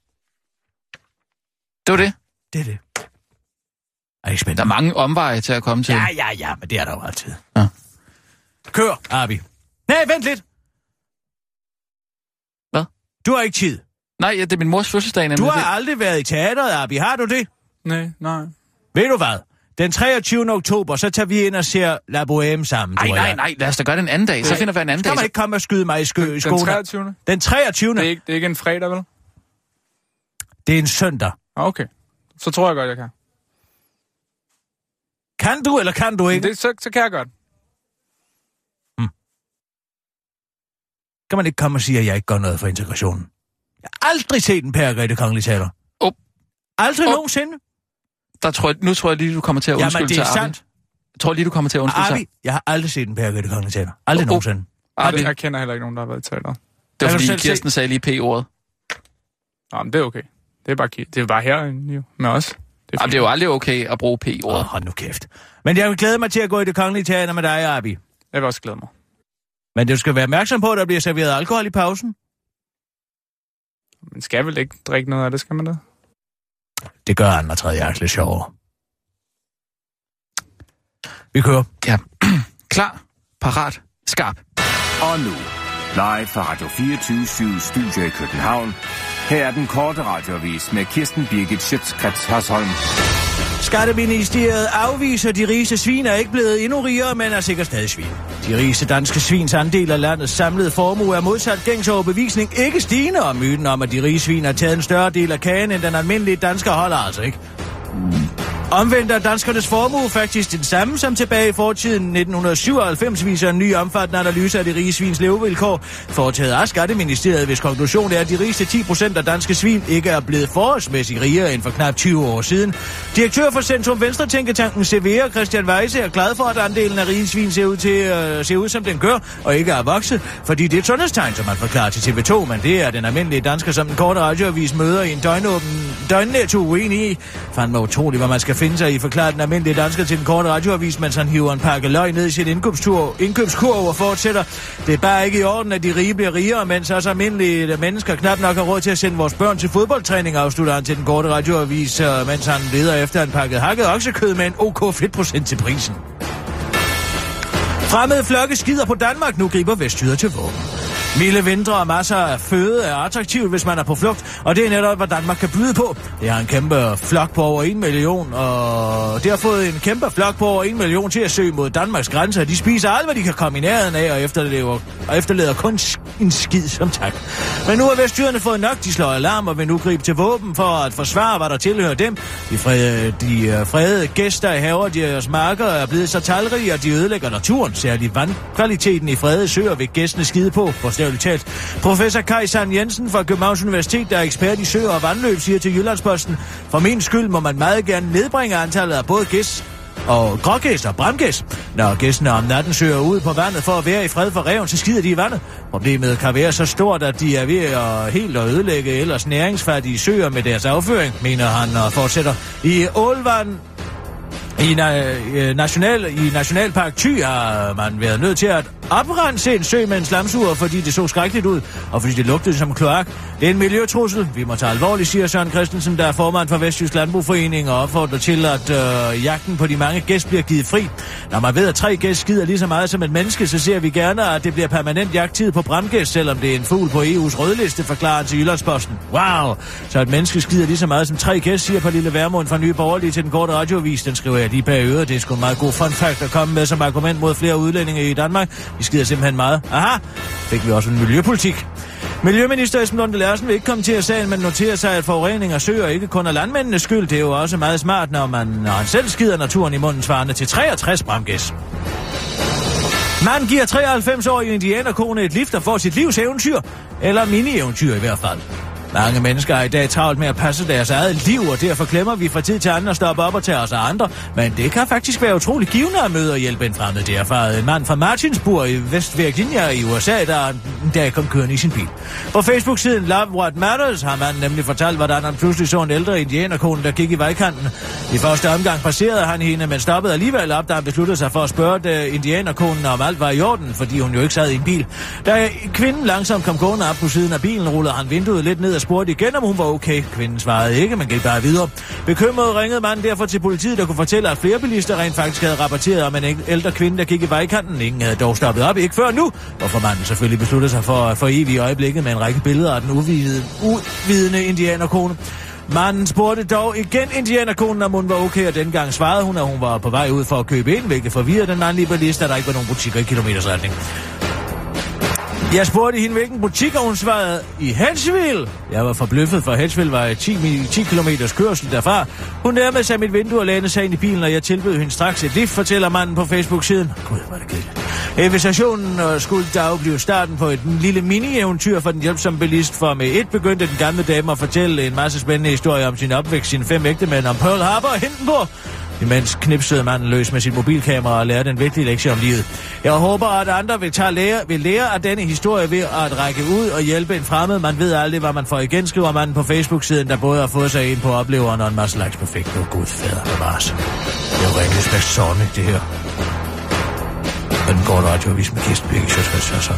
Det var det? Det er det. Er det spændende? Der er mange omveje til at komme til. Ja, ja, ja, men det er der jo altid. Ja. Kør, Arbi. Nej, vent lidt. Hvad? Du har ikke tid. Nej, det er min mors fødselsdag. Du har det. aldrig været i teateret, Arbi. Har du det? Nej, nej. Ved du hvad? Den treogtyvende oktober, så tager vi ind og ser La Bohème sammen. Nej, nej, nej. Lad os da gøre det en anden dag. Så finder vi en anden dag. Skal man ikke komme og skyde mig i skø- skoene? Den treogtyvende Den treogtyvende Det er, ikke, det er ikke en fredag, vel? Det er en søndag. Okay. Så tror jeg godt, jeg kan. Kan du, eller kan du ikke? Det, så, så kan jeg godt. Hmm. Kan man ikke komme og sige, at jeg ikke gør noget for integrationen? Jeg har aldrig set en pærker i Det Kongelige Teater. Oh. Aldrig oh. nogensinde. Der tror jeg, nu tror jeg lige, du kommer til at undskylde til Arbi. Jamen, det er sandt. Jeg tror lige, du kommer til at undskylde Arbi, jeg har aldrig set en pærker i Det Kongelige Teater. Aldrig oh. nogensinde. Arbi, jeg kender heller ikke nogen, der har været i teateret. Det var fordi, Kirsten se? sagde lige P-ordet. Nå, men det er okay. Det er bare, det er bare herinde jo, med os. Det er, det er jo aldrig okay at bruge P-ordet. Åh, hold nu kæft. Men jeg vil glæde mig til at gå i Det Kongelige Teater med dig, Arbi. Jeg vil også glæde mig. Men du skal være opmærksom på, at der bliver serveret alkohol i pausen. Man skal vel ikke drikke noget af det, skal man det? Det gør anden og tredje akt lidt sjovere. Vi kører. Ja. Klar, parat, skarp. Og nu, live fra Radio fireogtyve syv Studio i København. Her er den korte radioavis med Kirsten Birgit Schøtz-Krets Hørsholm. Skatteministeriet afviser, de rigeste svin er ikke blevet endnu rigere, men er sikkert stadig svin. De rigeste danske svins andel af landets samlede formue er modsat gængs overbevisning ikke stigende, og myten om, at de rige svin har taget en større del af kagen, end den almindelige dansker holder altså ikke. Omvendt er danskernes formue faktisk den samme som tilbage i fortiden. nitten syvoghalvfems viser en ny omfattende analyse af de rige svins levevilkår, foretaget af Skatteministeriet, hvis konklusion er, at de rigeste ti procent af danske svin ikke er blevet forholdsmæssigt rigere end for knap tyve år siden. Direktør for Centrum Venstre Tænketanken Severa, Christian Weise, er glad for, at andelen af rige svin ser ud, til, uh, ser ud som den gør, og ikke er vokset, fordi det er et sundhedstegn, som man forklarer til T V to, men det er den almindelige dansker, som den korte radioavis møder i en døgnåben døgnnetto uenig i. Fandt mig utroligt, hvad man skal finde sig i, forklarer den almindelige dansker til den korte radioavis, mens han hiver en pakke løg ned i sin indkøbstur, indkøbskurv og fortsætter. Det er bare ikke i orden, at de rige bliver rigere, mens også almindelige mennesker knap nok har råd til at sende vores børn til fodboldtræning, afslutter han til den korte radioavis, mens han leder efter en pakke hakket oksekød med en OK fedtprocent til prisen. Fremmede flokke skider på Danmark, nu griber vestjyder til våben. Milde vintre og masser af føde er attraktivt, hvis man er på flugt, og det er netop, hvad Danmark kan byde på. Det har en kæmpe flok på over en million, og det har fået en kæmpe flok på over en million til at søge mod Danmarks grænser. De spiser alt, hvad de kan komme i nærheden af, og efterlever, og efterlader kun en skid som tak. Men nu har vestjyderne fået nok, de slår alarm og vil nu gribe til våben for at forsvare, hvad der tilhører dem. De fredede, de fredede gæster i haver, deres marker er blevet så talrige, at de ødelægger naturen. Særligt vandkvaliteten i fredede søer vil gæstene skide på. Professor Kai Sand Jensen fra Københavns Universitet, der er ekspert i søer og vandløb, siger til Jyllandsposten: for min skyld må man meget gerne nedbringe antallet af både gæs og grågæs og brandgæs. Når gæstene om natten søger ud på vandet for at være i fred for reven, så skider de i vandet. Problemet kan være så stort, at de er ved at helt at ødelægge ellers næringsfattige søer med deres afføring, mener han og fortsætter. I Ålvand I, na- national, I Nationalpark Thy har man været nødt til at oprense en sø med en slamsuger, fordi det så skrækkeligt ud, og fordi det lugtede som kloak. Det er en miljøtrussel, vi må tage alvorligt, siger Søren Christensen, der er formand for Vestjysk Landbrugforening, og opfordrer til, at øh, jagten på de mange gæs bliver givet fri. Når man ved, at tre gæs skider lige så meget som et menneske, så ser vi gerne, at det bliver permanent jagttid på brandgæs, selvom det er en fugl på E U's rødliste, forklarer til Jyllandsposten. Wow! Så et menneske skider lige så meget som tre gæs, siger Pernille Vermund fra Nye Borgerlige til den korte radioavis. Den skriver jeg lige bag øret. Det er sgu en meget god fun fact at komme med som argument mod flere udlændinge i Danmark. Vi skider simpelthen meget. Aha! Fik vi også en miljøpolitik. Miljøminister Esben Lunde Larsen vil ikke komme til at sagen, men noterer sig, at forurening af søer ikke kun er landmændenes skyld. Det er jo også meget smart, når man når han selv skider naturen i munden, svarende til treogtres bramgæs. Man giver treoghalvfems-årige indianerkone et lift og får sit livs eventyr, eller mini-eventyr i hvert fald. Mange mennesker er i dag travlt med at passe deres eget liv, og derfor glemmer vi fra tid til anden at stoppe op og tage os af andre. Men det kan faktisk være utrolig givende at møde og hjælpe en fremmed. Det erfarede en mand fra Martinsburg i West Virginia i U S A, der en dag kom kørende i sin bil. På Facebook-siden Love What Matters har man nemlig fortalt, hvordan han pludselig så en ældre indianerkone, der gik i vejkanten. I første omgang passerede han hende, men stoppede alligevel op, da han besluttede sig for at spørge indianerkonen, om alt var i orden, fordi hun jo ikke sad i en bil. Da kvinden langsomt kom gående op på siden af bilen, rullede han vinduet lidt ned og spurgte igen, om hun var okay. Kvinden svarede ikke, men gik bare videre. Bekymret ringede manden derfor til politiet, der kunne fortælle, at flere bilister rent faktisk havde rapporteret om en ældre kvinde, der gik i vejkanten. Ingen havde dog stoppet op, ikke før nu, hvorfor manden selvfølgelig besluttede sig for at for evigt øjeblikket med en række billeder af den uvidende, uvidende indianerkone. Manden spurgte dog igen indianerkonen, om hun var okay, og dengang svarede hun, at hun var på vej ud for at købe ind, hvilket forvirrede den mandlige bilist, da der ikke var nogen butikker i kilometers retning. Jeg spurgte hende, hvilken butik, og hun svarede i Hedgesville. Jeg var forbløffet, for Hedgesville var ti kilometers kørsel derfra. Hun nærmede sig mit vindue og lænede sig ind i bilen, og jeg tilbød hende straks et lift, fortæller manden på Facebook-siden. Gud, hvor er det kedeligt. Invitationen skulle dog blive starten på et lille mini-eventyr for den hjælpsomme bilist, for med et begyndte den gamle dame at fortælle en masse spændende historier om sin opvækst, sine fem ægtemænd, om Pearl Harbor og Hindenburg. Imens knipsede manden løs med sit mobilkamera og lærte en vigtig lektie om livet. Jeg håber, at andre vil, tage lære, vil lære af denne historie ved at række ud og hjælpe en fremmed. Man ved aldrig, hvad man får igen, skriver manden på Facebook-siden, der både har fået sig ind på opleveren og en masse likes på Facebook. Gud, fader bevares. Det er jo rigtig spæksonligt, det her. Og den går radioavis med Kirsten Birgit Schøtz Hørsholm.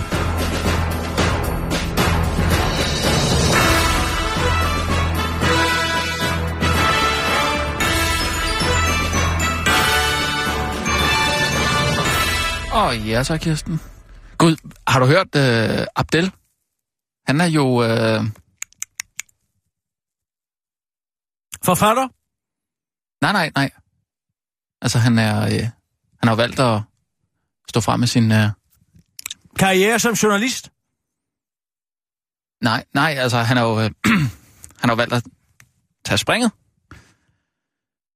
Åh, oh, ja, så Kirsten. Gud, har du hørt uh, Abdel? Han er jo... Uh... Forfatter? Nej, nej, nej. Altså, han er... Uh... Han har valgt at stå frem med sin... Uh... Karriere som journalist? Nej, nej, altså, han har jo... Uh... han har valgt at tage springet.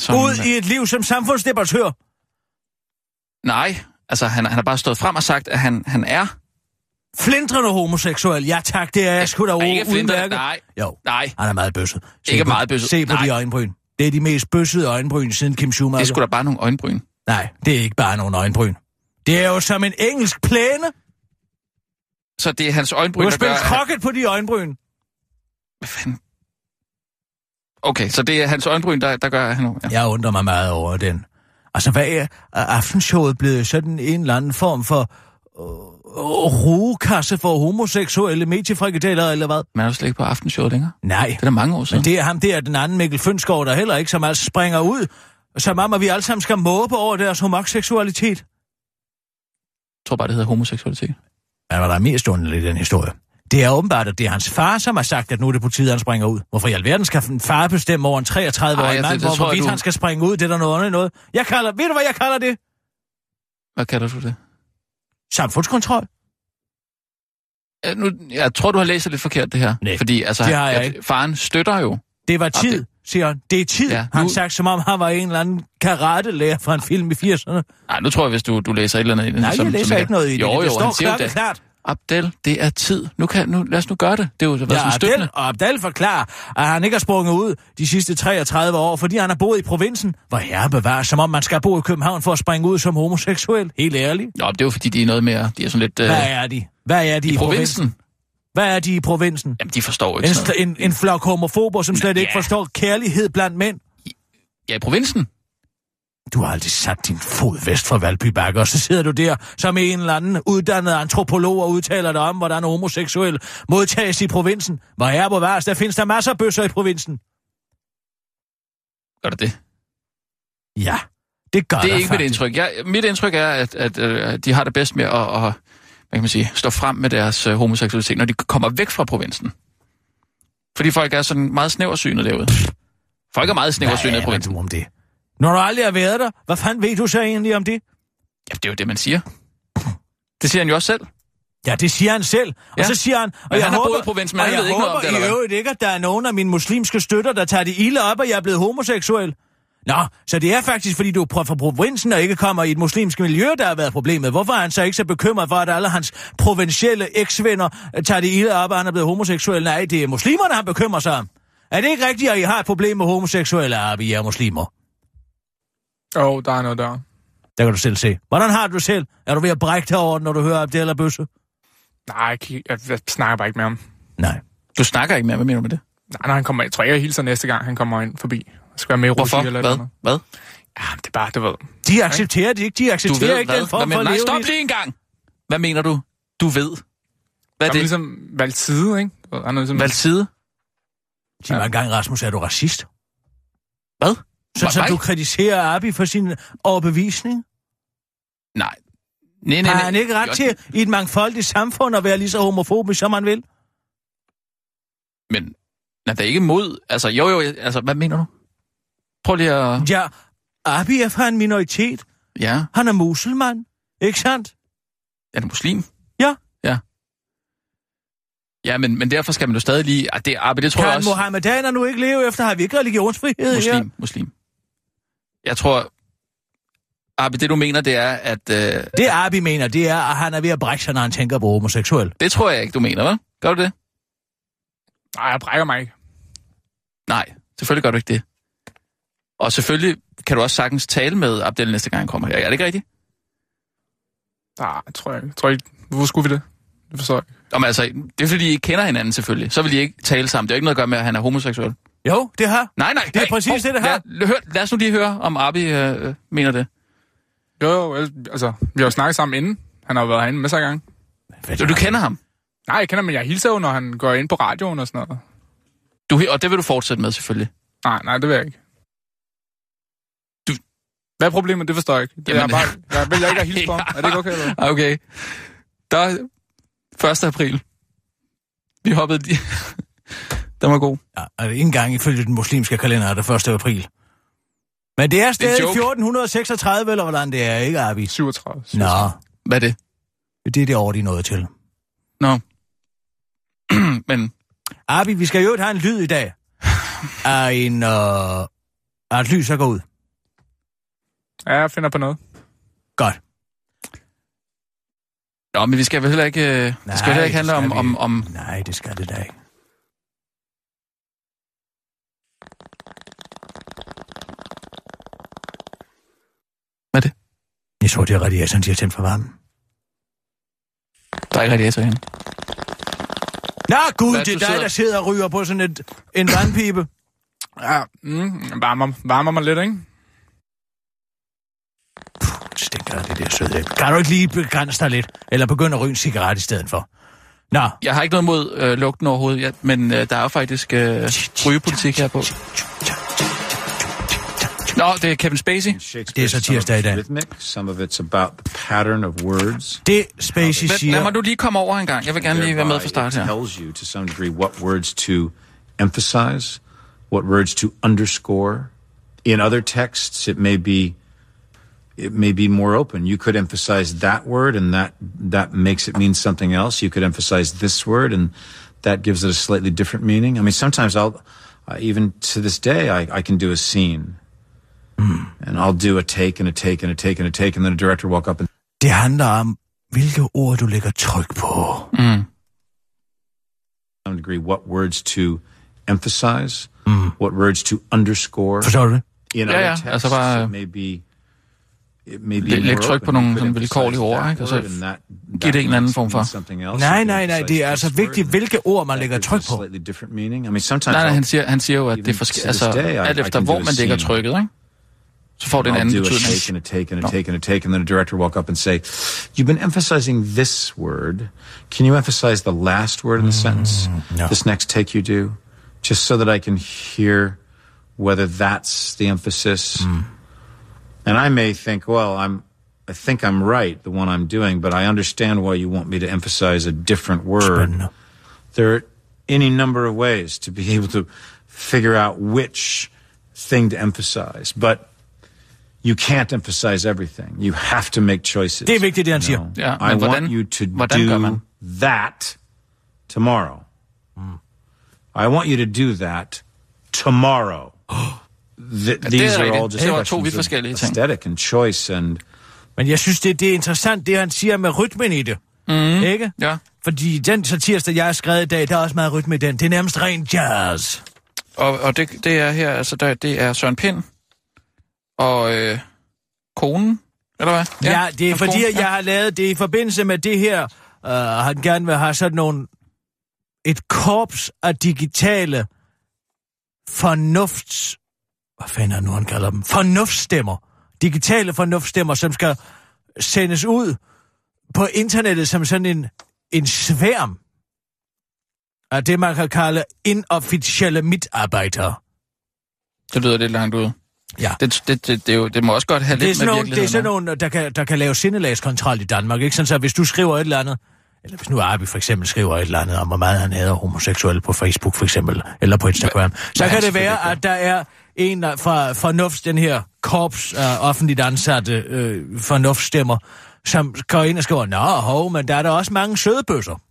som... Ud i et liv som samfundsdebattør? Nej, altså han, han har bare stået frem og sagt, at han, han er... Flindrende homoseksuel. Ja tak, det er jeg sgu da udmærket. Nej, jo, nej. Han er meget bøsset. Se ikke på, meget bøsset. Se på nej. de øjenbryn. Det er de mest bøssede øjenbryn siden Kim Schumacher. Det er sgu da bare nogle øjenbryn. Nej, det er ikke bare nogle øjenbryn. Det er jo som en engelsk plæne. Så det er hans øjenbryn, der gør... Du har spillet krokket på de øjenbryn. Hvad fanden? Okay, så det er hans øjenbryn, der, der gør han nu. Ja. Jeg undrer mig meget over den. Altså, hvad er aftenshowet blevet sådan en eller anden form for uh, rugekasse for homoseksuelle mediefrikadeller, eller hvad? Man er jo slet ikke på aftenshowet længere. Nej. Det er der mange år siden. Men det er ham der, den anden Mikkel Fønsgaard, der heller ikke, som altså springer ud, som om, at vi alle sammen skal måbe over deres homoseksualitet. Jeg tror bare, det hedder homoseksualitet. Men hvad der er mest underligt i den historie? Det er åbenbart, at det er hans far, som har sagt, at nu er det på tide, han springer ud. Hvorfor i alverden skal en far bestemme over en treogtredive-årig mand, hvor hvorvidt du... han skal springe ud? Det er der noget andet noget. Jeg kalder... Ved du, hvad jeg kalder det? Hvad kalder du det? Samfundskontrol. Ja, nu, jeg tror, du har læst lidt forkert, det her. Nej, fordi, altså, det har jeg at, ikke. Faren støtter jo. Det var tid, siger han. Det er tid, ja, nu... han sagt, som om han var en eller anden karate-lærer fra en film i firserne. Nej, nu tror jeg, hvis du, du læser et eller andet i den. Nej, som, jeg læser som ikke noget i det. Jo, jo, det står han siger klart, det. klart. Abdel, det er tid. Nu kan, nu, lad os nu gøre det. Det er jo været ja, sådan Abdel, støttende. og Abdel forklarer, at han ikke har sprunget ud de sidste treogtredive år, fordi han har boet i provinsen. Hvor herre bevarer, som om man skal bo i København for at springe ud som homoseksuel. Helt ærligt. Nå, det er jo fordi, de er noget mere... De er sådan lidt... Hvad er de? Hvad er de i, i provinsen? provinsen? Hvad er de i provinsen? Jamen, de forstår ikke en, sådan en, en flok homofober, som slet ja. ikke forstår kærlighed blandt mænd. Ja, i provinsen. Du har aldrig sat din fod vest fra Valby Bakke, og så sidder du der som en eller anden uddannet antropolog og udtaler dig om, hvordan homoseksuel modtages i provinsen. Hvor er på værs, der findes der masser af bøsser i provinsen. Gør det det? Ja, det gør det er der ikke faktisk. mit indtryk. Jeg, mit indtryk er, at, at, at de har det bedst med at, at hvad kan man sige, stå frem med deres uh, homoseksualitet, når de kommer væk fra provinsen. Fordi folk er sådan meget snæversynet derude. Folk er meget snæversynet i provinsen. Hvad om det? Når du aldrig har været der, hvad fanden ved du så egentlig om det? Ja, det er jo det, man siger. Det siger han jo også selv. Ja, det siger han selv. Ja. Og så siger han... Og men jeg han håber, har boet i provinsen, men han ved ikke noget om det, jeg håber i ikke, at der er nogen af mine muslimske støtter, der tager det ilde op, at jeg er blevet homoseksuel. Nå, så det er faktisk, fordi du er fra provinsen og ikke kommer i et muslimsk miljø, der har været problemet. Hvorfor er han så ikke så bekymret for, at alle hans provincielle eksvenner tager det ilde op, at han er blevet homoseksuel? Nej, det er muslimerne, han bekymrer sig om. Er det ikke rigtigt, at I har et problem med homoseksuelle, at I er muslimer? Åh, oh, der er noget der. Der kan du selv se. Hvordan har du selv? Er du ved at brække herovre, når du hører Abdel eller Bøsse? Nej, jeg, jeg, jeg snakker bare ikke med ham. Nej. Du snakker ikke med ham? Hvad mener du med det? Nej, når han kommer, jeg tror ikke, jeg hilser næste gang, han kommer ind forbi. Jeg skal være med i Hvorfor? eller Hvad? noget. Hvad? Ja, det er bare, du ved. De accepterer det ikke. De accepterer du ved, ikke hvad? den form hvad for Nej, levevis. stop lige en gang! Hvad mener du? Du ved. Hvad er det? Ligesom valgt side, ikke? Han er ligesom... Valgt side? Sig mig engang, Rasmus, er du racist? Hvad? Så, så du kritiserer Abi for sin overbevisning? Nej. Nej, nej, har han ikke ret jo, til i et mangfoldigt samfund at være lige så homofobisk, som han vil? Men er der ikke imod... Altså, jo, jo, altså, hvad mener du? Prøv lige at... Ja, Abi er fra en minoritet. Ja. Han er muselmand, ikke sandt? Er du muslim? Ja. Ja. Ja, men, men derfor skal man jo stadig lige... Ah, det, ah, det tror kan jeg også... Mohammedaner nu ikke leve efter? Har vi ikke religionsfrihed? Muslim, ja? muslim. Jeg tror... Abi, det du mener, det er, at... Øh... Det Abi mener, det er, at han er ved at brække sig, når han tænker på homoseksuel. Det tror jeg ikke, du mener, hva'? Gør du det? Nej, jeg brækker mig ikke. Nej, selvfølgelig gør du ikke det. Og selvfølgelig kan du også sagtens tale med Abdel næste gang han kommer her. Er det ikke rigtigt? Nej, jeg tror jeg ikke. Jeg tror ikke. Hvorfor skulle vi det? Det forstår jeg ikke. Jamen altså, det er fordi, I ikke kender hinanden selvfølgelig. Så vil I ikke tale sammen. Det er jo ikke noget at gøre med, at han er homoseksuel. Jo, det har. Nej, nej. Det er nej, præcis oh, det, det har. Lad, hør, lad os nu lige høre, om Abi øh, mener det. Jo, jo, altså, vi har jo snakket sammen inden. Han har jo været herinde masser af gange. Så du kender ham? Nej, jeg kender ham, men jeg hilser jo, når han går ind på radioen og sådan noget. Du, og det vil du fortsætte med, selvfølgelig? Nej, nej, det vil jeg ikke. Du... Hvad er problemet? Det forstår jeg ikke. Det Jamen, er bare, jeg vil jeg ikke have hilse på ham. Er det ikke okay, eller? Okay. Der er første april. Vi hoppede... Den var god. Ja, altså, ikke engang ifølge den muslimske kalender er det første april. Men det er stadig fjorten seksogtredive, eller hvordan det er, ikke, Abi? syvogtredive. Nå. Hvad er det? Det er det år, de nåede til. Nå. Men... Abi, vi skal jo have en lyd i dag. Af en... Øh... Af et lys, der går ud. Ja, jeg finder på noget. Godt. Nå, men vi skal vel heller ikke, øh, Nej, det skal heller ikke handle det om, skal om, vi- om... Nej, det skal det da ikke. Hvad er det? Jeg tror, det er radiatoren, de har tændt for varmen. Der er ikke radiator hen. Nå, gud, Hvad, det er du dig, sidder- der sidder og ryger på sådan et, en vandpibe. Ja, mm, varmer, varmer mig lidt, ikke? Puh, det stinker det der søde. Kan du ikke lige begrænse dig lidt? Eller begynde at ryge en cigaret i stedet for? Nå. Jeg har ikke noget mod øh, lugten overhovedet, ja, men øh, der er jo faktisk øh, rygepolitik her på. Nå, det er Kevin Spacey. Det er så tirsdag i dag. Some of it's about the pattern of words. Det Spacey Lad, siger... lad mig du lige komme over en gang. Jeg vil gerne lige være med fra start her. It tells you to some degree what words to emphasize, what words to underscore. In other texts, it may be it may be more open. You could emphasize that word, and that that makes it mean something else. You could emphasize this word, and that gives it a slightly different meaning. I mean, sometimes I'll uh, even to this day I, I can do a scene. Mm. And I'll do a take and a take and a take and a take, and then a director walk up and... Det handler om, hvilke ord du lægger tryk på. Mm. some degree what words to emphasize, mm. what words to underscore. Forstår du det? In Ja, other ja, texts, altså bare it may be, it may be læg- læg more tryk på open. nogle You could sådan vilkårlige emphasize ord, that ikke? Og så word, and that- giv det en eller anden that form for- means something else. Nej, You nej, could nej, det er emphasize altså this vigtigt, word, hvilke ord man that lægger gives tryk it a på. slightly different meaning. I mean, sometimes Nej, nej, I'll- han siger, han siger jo, at det er even forskelligt. to this Altså, day, I- alt I efter can hvor do a man lægger scene. trykket, ikke? Så får det en I'll anden do a betydning. take and a take and a No. take and a take, and then a director walk up and say, "You've been emphasizing this word. Can you emphasize the last word in the sentence? no. This next take you do, just so that I can hear whether that's the emphasis." Mm. And I may think, well, I'm, I think I'm right, the one I'm doing, but I understand why you want me to emphasize a different word. Spændende. There are any number of ways to be able to figure out which thing to emphasize, but you can't emphasize everything. You have to make choices. Det er vigtigt, det han siger. No. Ja, I men hvordan- want you to hvordan gør man? do that tomorrow. Mm. I want you to do that tomorrow. Th- er these are rigtigt. all just Det var to vidt questions of forskellige ting. aesthetic and choice and... Men jeg synes, det, det er interessant, det han siger med rytmen i det. Mm. Ikke? Ja. Fordi den satirsdag, jeg har skrevet i dag, der er også meget rytme i den. Det er nærmest ren jazz. Og, og det, det er her, altså der, det er Søren Pind og øh, konen, eller hvad? Ja, ja det er hans fordi, kone, at jeg har lavet det i forbindelse med det her. Uh, han gerne vil have sådan nogle... Et korps af digitale fornufts... Hvad fanden er nu, han kalder dem? Fornuftstemmer. Digitale fornuftstemmer, som skal sendes ud på internettet som sådan en, en sværm af det, man kan kalde inofficielle mitarbejdere. Det lyder lidt langt ud. Ja. Det, det, det, det, er jo, det må også godt have Det er lidt med sådan nogle, det er virkeligheden. sådan nogle der, kan, der kan lave sindelagskontrol i Danmark, ikke? Sådan så hvis du skriver et eller andet, eller hvis nu Arbi for eksempel skriver et eller andet om, hvor meget han hader homoseksuelle på Facebook for eksempel, eller på Instagram, så hvad kan han det være, selvfølgelig at der er en der fra fornuft, den her korps af offentligt ansatte øh, fornuftstemmer, som går ind og skriver, nå, hov, men der er der også mange søde bøsser.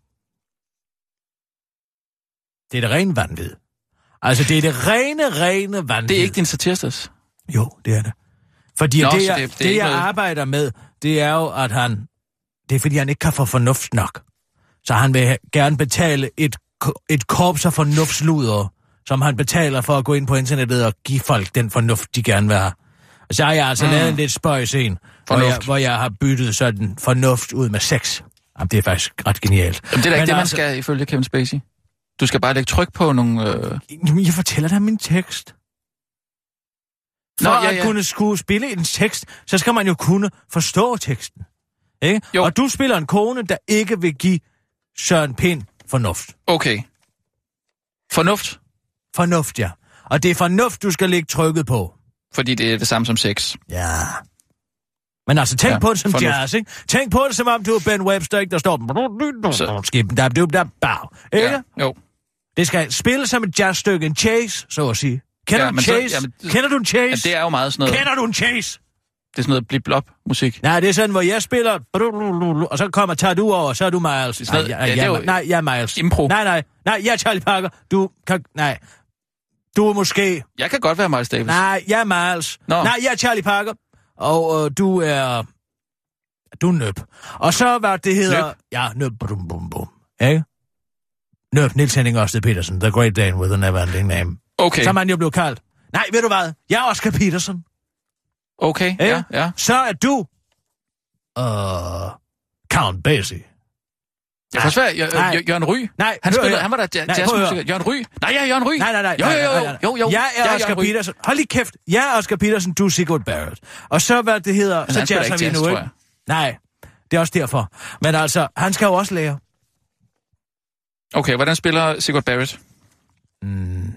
Det er det rene vanvid. Altså, det er det rene, rene vanvid. Det er ikke din satirsdags. Jo, det er det. Fordi Nå, det, så jeg, det- det, det er det ikke jeg noget- arbejder med, det er jo, at han... Det er, fordi han ikke kan få fornuft nok. Så han vil ha- gerne betale et, ko- et korps af fornuftsludere, som han betaler for at gå ind på internettet og give folk den fornuft, de gerne vil have. Og så har jeg altså mm. lavet en lidt spøjs en, hvor jeg, hvor jeg har byttet sådan fornuft ud med sex. Jamen, det er faktisk ret genialt. Jamen, det er da ikke Men det, man altså- skal ifølge Kevin Spacey. Du skal bare lægge tryk på nogle... Øh... Jamen, jeg fortæller dig min tekst. For Nå, Nå, ja, ja, ja. ja. at kunne skulle spille en tekst, så skal man jo kunne forstå teksten. Ikke? Jo. Og du spiller en kone, der ikke vil give Søren Pind fornuft. Okay. Fornuft, Fornuft, ja. Og det er fornuft, du skal lægge trykket på. fordi det er det samme som sex. Ja. Men altså, tænk Ja, ja, på det som fornuft. jazz, ikke? Tænk på det, som om du er Ben Webster, ikke? Der står... Så- Skib, der, der, der, bag. Ikke? Ja, jo. Det skal spilles som et jazzstykke, en chase, så at sige. Kender Ja, du en men så- chase? jamen, det- Kender du en chase? Ja, det er jo meget sådan noget... Kender du en chase? Det er sådan noget blip-blop-musik. Nej, det er sådan, hvor jeg spiller, og så kommer, tager du over, så er du Miles. Det er sådan Nej, noget- jeg, ja, det er jeg, jo nej, jeg er Miles. impro. Nej, nej, nej, jeg er Charlie Parker. Du kan, nej. Du er måske, Jeg kan godt være Miles Davis. nej, jeg er Miles. Nå. Nej, jeg er Charlie Parker. og øh, du er... Du er Nøb. Og så, hvad det hedder... Nøb? Ja, Nøb, bum, bum, bum. Ikke? Nøb, Niels Henning Ørsted Petersen, the great Dane with a never-ending name. Okay. Så er man jo blevet kaldt. Nej, ved du hvad? Jeg er Oscar Petersen. Okay, Ikke? ja, ja. Så er du... Øh... Count Basie. Jeg kan svære, Jør- Jørgen Ry. Nej, han hør, spiller, hør. han var der jazzmusiker. Jørgen Ry. Nej, ja, Jørgen Ry. Nej, nej, nej. Jo, jo, jo, nej, nej, nej. jo, jo. Jeg er jeg Oscar Jørgen Ry. Petersen. Hold lige kæft. Jeg er Oscar Petersen, du er Sigurd Barrett. Og så, hvad det hedder, Men så han spiller jazzer ikke vi jazz, nu, tror ikke? jeg. Nej, det er også derfor. Men altså, han skal jo også lære. Okay, hvordan spiller Sigurd Barrett? Mm.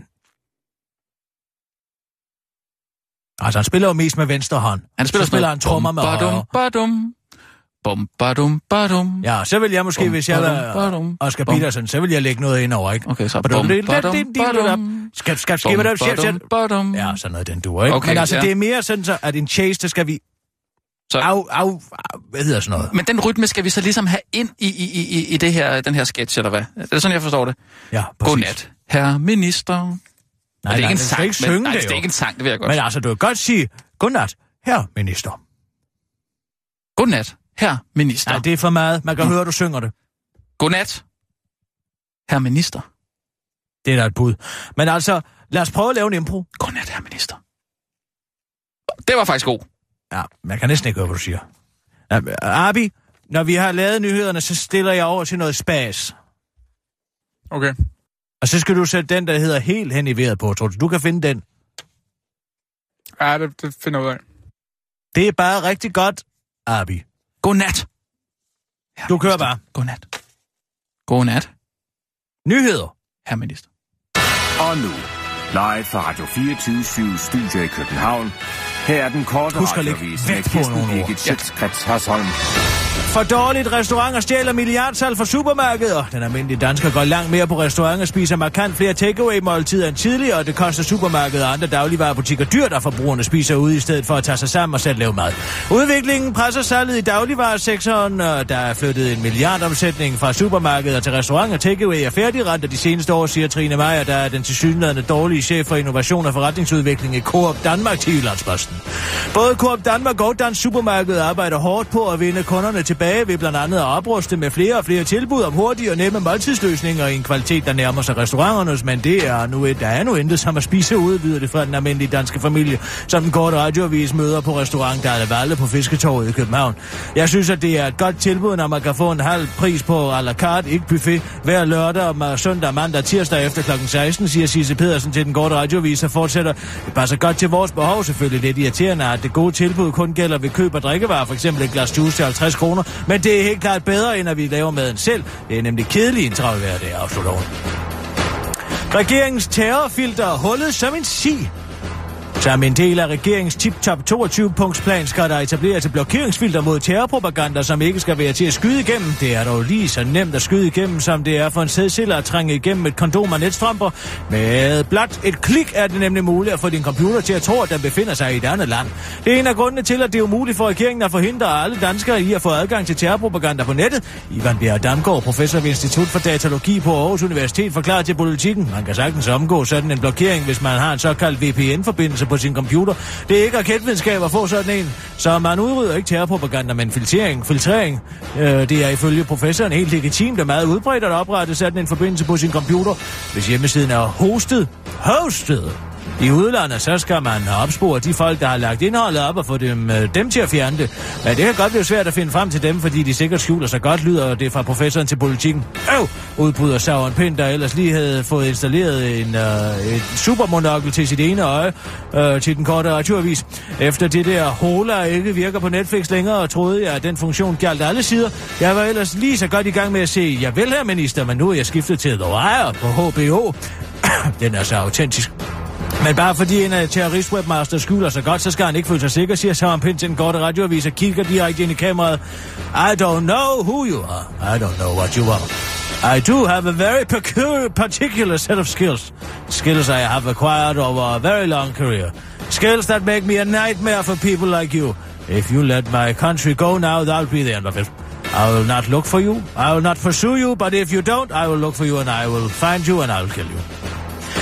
Altså, han spiller jo mest med venstre hånd. Han spiller så spiller han trommer med højre. Badum, bum, badum, badum. Ja, så vil jeg måske, Bum, hvis jeg var badum, Oscar bum. Petersen, så vil jeg lægge noget ind over, ikke? Okay, så Badum, bum, badum, badum. Skal, skal, skal vi da badum, badum. Ja, sådan noget, den duer, ikke? Okay, Men altså, ja. det er mere sådan, så at en chase, der skal vi... Så- Af, af, af, hvad hedder sådan noget? Men den rytme skal vi så ligesom have ind i, i, i, i det her, den her sketch, eller hvad? Er det sådan, jeg forstår det? Ja, præcis. Godnat, herre minister. Nej, det er nej, ikke en du skal sang, ikke synge men, nej, det, det er jo. ikke en sang, det vil jeg godt. Men altså, du kan godt sige, godnat, herre minister. Godnat, herre minister. Nej, det er for meget. Man kan høre, du synger det. Godnat, herre minister. Det er da et bud. Men altså, lad os prøve at lave en impro. Godnat, herre minister. Det var faktisk god. Ja, man kan næsten ikke høre, hvad du siger. Ja, Abi, når vi har lavet nyhederne, så stiller jeg over til noget spas. Okay. Og så skal du sætte den, der hedder helt hen i vejret på, tror du. Du kan finde den. Ja, det, det finder jeg ud af. Det er bare rigtig godt, Abi. Godnat. Du kører bare. Godnat. Godnat, Nyheder. herre minister. Og nu, live fra Radio fireogtyve syv Studio i København. Her er den korte Husk at lægge radioavis vægt med på Kirsten nogle ord. Birgit Schøtz-Krets Hørsholm. For dårligt restauranter stjæler milliardsalg fra supermarkeder. Den almindelige dansker går langt mere på restauranter og spiser markant flere takeaway-måltider end tidligere, og det koster supermarkeder og andre dagligvarerbutikker dyrt, at forbrugerne spiser ude i stedet for at tage sig sammen og selv lave mad. Udviklingen presser salget i dagligvaresektoren, og der er flyttet en milliardomsætning fra supermarkeder til restauranter. Takeaway er færdigrenter de seneste år, siger Trine Meyer, der er den tilsyneladende dårlige chef for innovation og forretningsudvikling i Coop Danmark til Jyllandsposten. Både Coop Danmark og Dansk Supermarked arbejder hårdt på at vinde kunderne tilbage ved blandt andet at opruste med flere og flere tilbud om hurtige og nemme måltidsløsninger i en kvalitet, der nærmer sig restauranternes, men det er nu et, der er nu intet som at spise ude, lyder det fra den almindelige danske familie, som den korte radioavis møder på restaurant der er Valle på Fisketorvet i København. Jeg synes, at det er et godt tilbud, når man kan få en halv pris på à la carte, ikke buffet, hver lørdag og søndag, mandag og tirsdag efter klokken seksten, siger Sisse Pedersen til den korte radioavis og fortsætter. Det passer godt til vores behov, selvfølgelig lidt irriterende, at det gode tilbud kun gælder ved køb af drikkevarer, for eksempel et glas juice til halvtreds kroner, men det er helt klart bedre, end at vi laver maden selv. Det er nemlig kedeligt en travl hverdag, afslutter hun. Regeringens terrorfilter hullet som en si. Som en del af regeringens tip-top toogtyve-punktsplan skal der etableres et blokeringsfilter mod terrorpropaganda, som ikke skal være til at skyde igennem. Det er dog lige så nemt at skyde igennem, som det er for en sædceller at trænge igennem et kondom og netstrømper. Med blot et klik er det nemlig muligt at få din computer til at tro, at den befinder sig i et andet land. Det er en af grundene til, at det er umuligt for regeringen at forhindre alle danskere i at få adgang til terrorpropaganda på nettet. Ivan Bjerg Damgaard, professor ved Institut for Datalogi på Aarhus Universitet, forklarer til Politikken. Man kan sagtens omgå sådan en blokering, hvis man har en såkaldt V P N-forbindelse på sin computer. Det er ikke raketvidenskab at få sådan en, så man udrydder ikke terrorpropaganda, men filtrering. filtrering. Øh, det er ifølge professoren helt legitimt og meget udbredt at oprette sådan en forbindelse på sin computer. Hvis hjemmesiden er hostet, hostet i udlandet, så skal man opspore de folk, der har lagt indholdet op og få dem, dem til at fjerne det. Men det kan godt blive svært at finde frem til dem, fordi de sikkert skjuler sig godt, lyder det fra professoren til Politikken. Øv! Udbryder Søren Pind, der ellers lige havde fået installeret en, øh, et supermonokkel til sit ene øje øh, til den korte radioavis. Efter det der Hola ikke virker på Netflix længere, troede jeg, at den funktion gjaldt alle sider. Jeg var ellers lige så godt i gang med at se, jeg vil her minister, men nu er jeg skiftet til The Wire på H B O. Den er så autentisk. Men bare fordi en af terrorist-webmaster skjuler sig godt, så skal han ikke føle sig sikker, siger Søren Pind til den korte radioavis og kigger direkte ind i kameraet. I don't know who you are. I don't know what you are. I do have a very peculiar, particular set of skills. Skills I have acquired over a very long career. Skills that make me a nightmare for people like you. If you let my country go now, that'll be the end of it. I will not look for you. I will not pursue you, but if you don't, I will look for you and I will find you and I will kill you.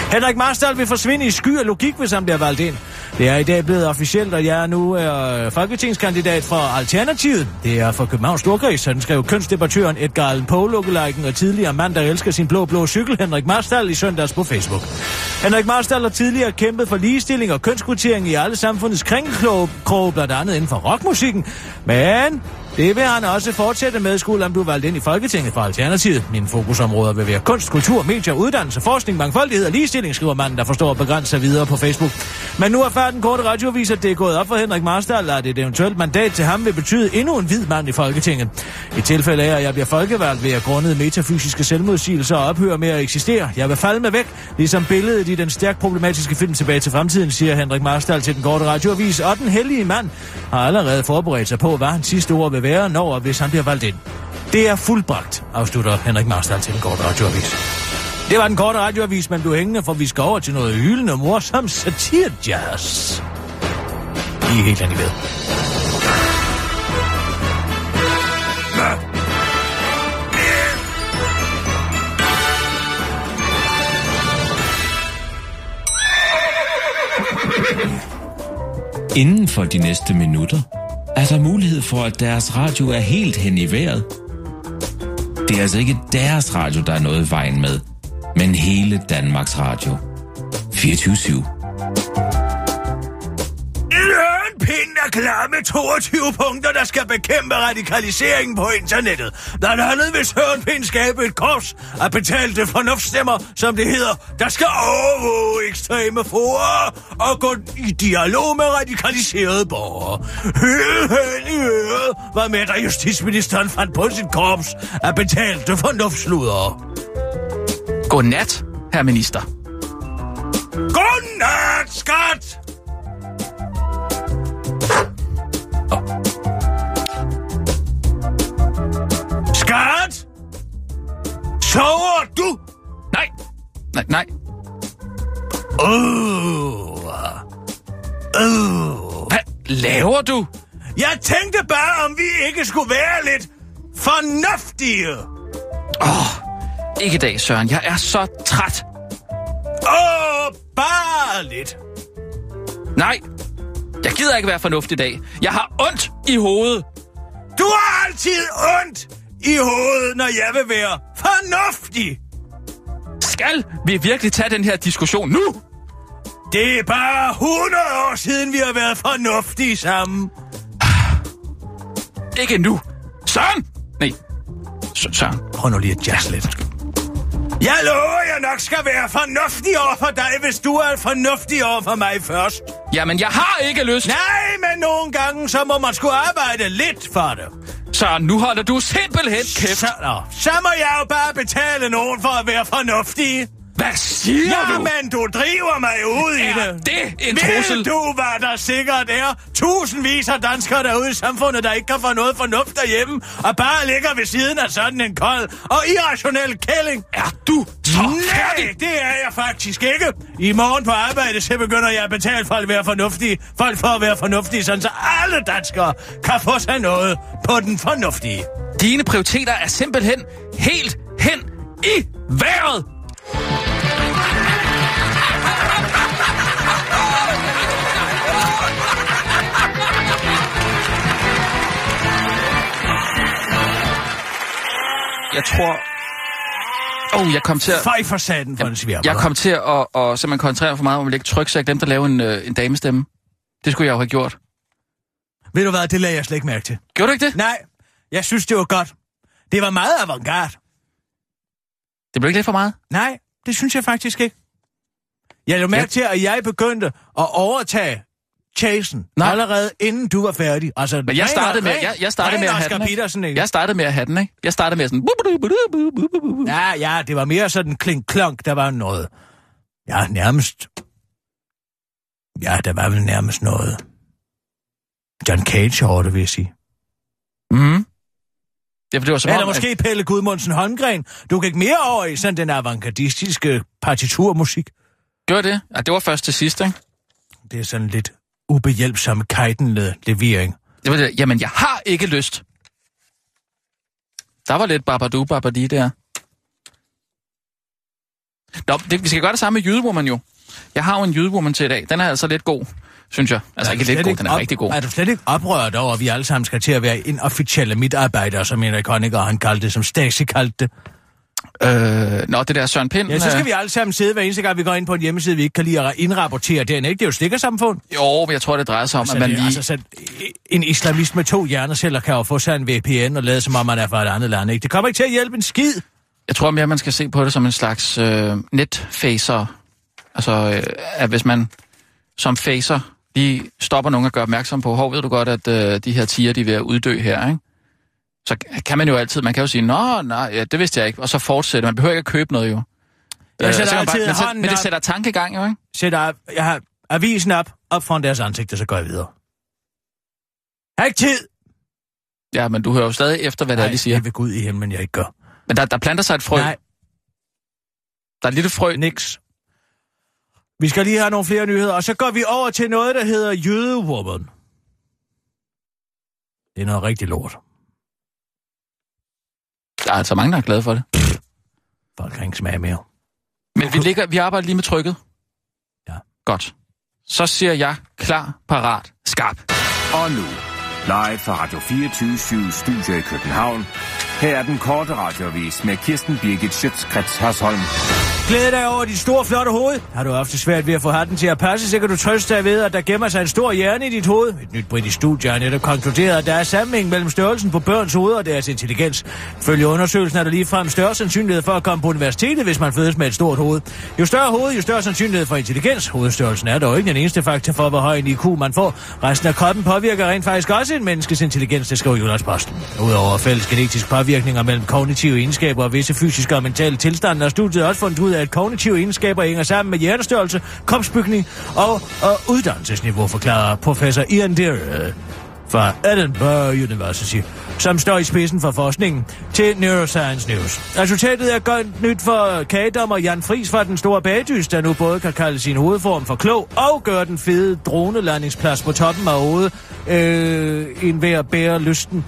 Henrik Marstal vil forsvinde i sky og logik, hvis han bliver valgt ind. Det er i dag blevet officielt, at jeg nu er folketingskandidat fra Alternativet. Det er for Københavns Storkreds, sådan skrev kønsdebattøren Edgar Allan Poe lookalikeen og tidligere mand, der elsker sin blå blå cykel, Henrik Marstal, i søndags på Facebook. Henrik Marstal har tidligere kæmpet for ligestilling og kønskvotering i alle samfundets kringekroge, blandt andet inden for rockmusikken. Men det vil han også fortsætte med, skulle han blive valgt ind i Folketinget fra Alternativet. Mine fokusområder vil være kunst, kultur, medier, uddannelse, forskning, mangfoldighed og ligestilling, skriver manden, der forstår at begrænse sig videre på Facebook. Men nu er færden korte radioavis, at det er gået op for Henrik Marstal, at et eventuelt mandat til ham vil betyde endnu en hvid mand i Folketinget. I tilfælde af, at jeg bliver folkevalgt, vil jeg grundet metafysiske selvmodsigelser og ophøre med at eksistere. Jeg vil falde med væk, ligesom billedet i den stærkt problematiske film Tilbage til fremtiden, siger Henrik Marstal til den korte radioavis. Og den hellige mand har allerede forberedt sig på, hvad hans sidste ord vil være, når og hvis han bliver valgt ind. Det er fuldbragt, afslutter Henrik Marstal til den korte radioavis. Det var den korte radioavis, men blev hængende, for vi skal over til noget hyldende morsom satir-jazz. I er helt andet ved. Inden for de næste minutter er der mulighed for, at deres radio er helt hen i vejret. Det er altså ikke deres radio, der er noget i vejen med, men hele Danmarks Radio. fireogtyve syv. Pind er klar med toogtyve punkter, der skal bekæmpe radikaliseringen på internettet. Blandt andet vil Søren Pind skabe et korps af betalte fornuftstemmer, som det hedder, der skal overvåge ekstreme forer og gå i dialog med radikaliserede borgere. Helt hen i øret var med, da justitsministeren fandt på sit korps af betalte fornuftsludere. Godnat, herr minister. Godnat, skat! Skat! Sover du? Nej. Nej, nej. Uh. Uh. Hvad laver du? Jeg tænkte bare, om vi ikke skulle være lidt fornuftige. Åh, oh, ikke i dag, Søren. Jeg er så træt. Åh, oh, bare lidt. Nej, jeg gider ikke være fornuftig i dag. Jeg har ondt i hovedet. Du har altid ondt i hovedet, når jeg vil være fornuftig. Skal vi virkelig tage den her diskussion nu? Det er bare hundrede år siden, vi har været fornuftige sammen. Ikke nu. Søren! Nej, S- Søren. Prøv nu lige at jazz lidt. Jeg lover, jeg nok skal være fornuftig over for dig, hvis du er fornuftig over for mig først. Jamen, jeg har ikke lyst. Nej, men nogle gange, så må man sgu arbejde lidt for det. Søren, nu holder du simpelthen kæft. Så, nå, så må jeg jo bare betale nogen for at være fornuftig. Hvad siger ja, du? men du driver mig ud i det. Er det en trussel? Ved du, hvad der sikkert er? Tusindvis af danskere derude i samfundet, der ikke kan få noget fornuft derhjemme, og bare ligger ved siden af sådan en kold og irrationel kælling. Er du så Nej, færdig? det er jeg faktisk ikke. I morgen på arbejde, så begynder jeg at betale for at være fornuftige. Folk for at være fornuftige, sådan så alle danskere kan få sig noget på den fornuftige. Dine prioriteter er simpelthen helt hen i vejret. Jeg tror... Åh, oh, jeg kom til at... Fej for satan for en svirper. Jeg kom til at, at, at simpelthen koncentrere for meget om at lægge tryk, så jeg glemte at lave en, en damestemme. Det skulle jeg jo have gjort. Ved du hvad, det lagde jeg slet ikke mærke til. Gjorde du ikke det? Nej, jeg synes, det var godt. Det var meget avantgarde. Det blev ikke lidt for meget? Nej, det synes jeg faktisk ikke. Jeg lagde mærke ja. til, at jeg begyndte at overtage chasen allerede inden du var færdig. Altså, men jeg startede med, jeg, jeg startede med at have den, Petersen, ikke? Jeg startede med at have den, ikke? Jeg startede med sådan... Ja, ja, det var mere sådan klink-klonk, der var noget... Ja, nærmest... Ja, der var vel nærmest noget... John Cage over det, vil jeg sige. Mhm. Ja, for det var som Eller om, måske at... Pelle Gudmundsen Holmgren. Du gik mere over i sådan den avantgardistiske partiturmusik. Gjorde det? Ja, det var først til sidst, ikke? Det er sådan lidt ubehjælpsom kajtenled levering. Det var det. Jamen, jeg har ikke lyst. Der var lidt babadu babadi der. Nå, det, vi skal gøre det samme med Jydewoman jo. Jeg har jo en Jydewoman til i dag. Den er altså lidt god, synes jeg. Altså er ikke lidt god, den er op, rigtig god. Er du slet ikke oprørt over, at vi alle sammen skal til at være inofficielle mitarbejdere, som Henrik Honecker, han kaldte det, som Stasi kaldte det? Øh, nå, det der Søren Pind... Ja, så skal vi alle sammen sidde hver eneste gang, vi går ind på en hjemmeside, vi ikke kan lide at indrapportere den, ikke? Det er jo stikkersamfund. Jo, men jeg tror, det drejer sig om, altså, at man lige... Altså, så en islamist med to hjerneceller kan jo få sig en V P N og lade som om, man er fra et andet land, ikke? Det kommer ikke til at hjælpe en skid. Jeg tror mere, man skal se på det som en slags øh, netfacer. Altså, øh, at hvis man som facer lige stopper nogen og gør opmærksom på, hvor ved du godt, at øh, de her tiger, de er ved at uddø her, ikke? Så kan man jo altid, man kan jo sige, nå, nej, ja, det vidste jeg ikke, og så fortsætte. Man behøver ikke at købe noget, jo. Jeg sætter øh, altid bare, men, men det sætter tankegang, jo, ikke? Sætter, jeg har avisen op, op foran deres ansigter, så går jeg videre. Jeg har ikke tid! Ja, men du hører jo stadig efter, hvad nej, det er, de siger. Nej, jeg vil gå ud i himlen, jeg ikke gør. Men der, der planter sig et frø. Nej. Der er et lille frø. Niks. Vi skal lige have nogle flere nyheder, og så går vi over til noget, der hedder Jydewoman. Det er noget rigtig lort. Der er altså mange, der er glade for det. Folk kan ikke smage mere. Men vi, ligger, vi arbejder lige med trykket. Ja. Godt. Så siger jeg klar, parat, skarp. Og nu, live fra Radio fireogtyve syv Studio i København. Her er den korte radioavis med Kirsten Birgit Schøtz-Krets Hørsholm. Glæd dig over dit store, flotte hoved. Har du ofte svært ved at få hatten til at passe, så kan du trøste dig ved, at der gemmer sig en stor hjerne i dit hoved. Et nyt britisk studie har netop konkluderet, at der er sammenhæng mellem størrelsen på børns hoveder og deres intelligens. Følge undersøgelsen er der ligefrem større sandsynlighed for at komme på universitetet, hvis man fødes med et stort hoved. Jo større hoved, jo større sandsynlighed for intelligens. Hovedstørrelsen er dog ikke den eneste faktor for, hvor høj en I Q man får. Resten af kroppen påvirker rent faktisk også en menneskes intelligens, det skriver Jyllandsposten. Udover fælles genetisk påvirkninger mellem kognitive egenskaber og visse fysiske og mentale tilstande, har studiet også fundet ud af, at kognitive egenskaber hænger sammen med hjernestørrelse, kropsbygning og, og uddannelsesniveau, forklarer professor Ian Deere fra Edinburgh University, som står i spidsen for forskningen til Neuroscience News. Resultatet er godt nyt for kagedommer Jan Friis fra Den Store Bagdys, der nu både kan kalde sin hovedform for klog og gøre den fede dronelandingsplads på toppen af hovedet øh, en ved at bære lysten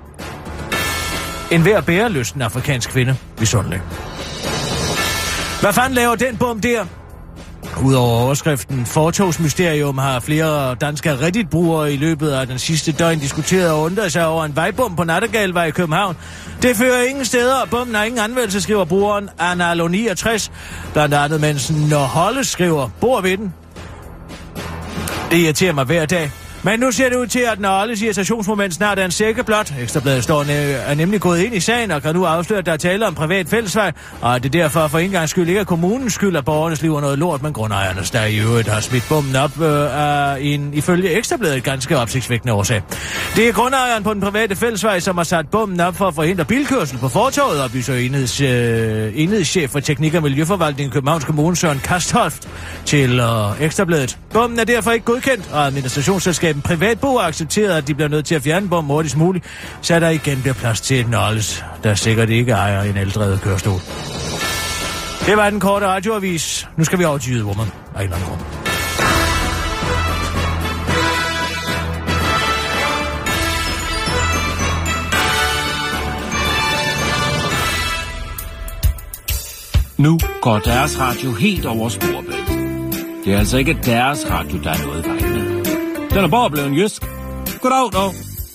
en ved at bære lysten afrikansk kvinde misundelig. Hvad fanden laver den bom der? Udover overskriften Fortogsmysterium har flere danske Reddit-brugere i løbet af den sidste døgn diskuteret og undret sig over en vejbom på Nattergalvej i København. Det fører ingen steder, og bomben har ingen anvendelse, skriver brugeren Analo niogtres. Blandt andet mens når Holde skriver, bor ved den. Det irriterer mig hver dag. Men nu ser det ud til, at Nolles irritationsmoment snart er en sækkeblot. Ekstrabladet står er nemlig gået ind i sagen og kan nu afsløre, at der er tale om privat fællesvej, og at det derfor for en gang skyld ikke er kommunens skyld, at borgernes liv er noget lort, men grundejernes, der i øvrigt har smidt bomben op, øh, er en ifølge Ekstrabladet ganske opsigtsvækkende årsag. Det er grundejeren på den private fællesvej, som har sat bomben op for at forhindre bilkørsel på fortovet, oplyser enheds, øh, enhedschef for teknik- og miljøforvaltning i Københavns Kommune, Søren Kasthoft, til øh, Ekstrabladet. Bomben er derfor ikke godkendt, og administrationsselskabet Privatbo har accepteret, at de bliver nødt til at fjerne bomben hurtigst muligt, så der igen bliver plads til et Nolles, der sikkert ikke ejer en eldrevet kørestol. Det var den korte radioavis. Nu skal vi over til Jydewoman af en eller anden grund. Nu går deres radio helt over Storebælt. Det er altså ikke deres radio, der er noget vej med. Den er bare blevet jysk. Goddag, dog.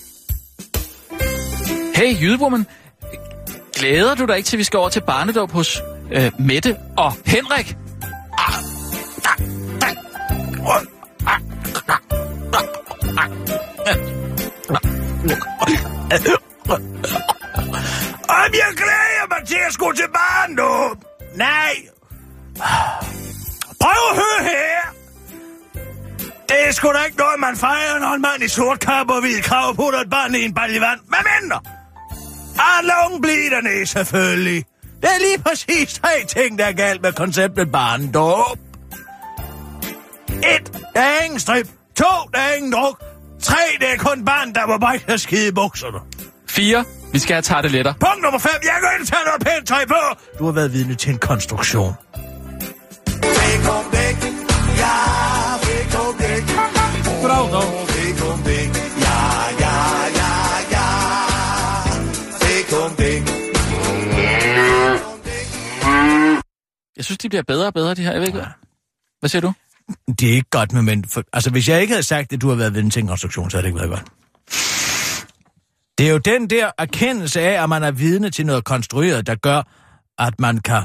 Hey, Jydewoman. Glæder du dig ikke til, at vi skal over til barnedåb hos øh, Mette og Henrik? Om jeg glæder mig til at skulle til barnedåb? Nej. Prøv at høre her. Det er sgu da ikke noget, man fejrer, når en mand i sort kappe og hvid krav putter et barn i en balje vand. Hvad mindre? Alle unge bliver dernede, selvfølgelig. Det er lige præcis tre ting, der er galt med konceptet barnedåb. Et, der er ingen strip. To, der er ingen druk. Tre, det er kun barn, der må brække og skide i bukserne. Fire, vi skal have tarteletter. Punkt nummer fem, jeg går ind og tager noget pænt tøj på. Du har været vidne til en konstruktion. Jeg synes, de bliver bedre og bedre, de her. Jeg ved ikke, ja. Hvad siger du? Det er ikke godt med mænd. For, altså, hvis jeg ikke havde sagt, at du har været ved en tingkonstruktion, så havde det ikke været godt. Det er jo den der erkendelse af, at man er vidne til noget konstrueret, der gør, at man kan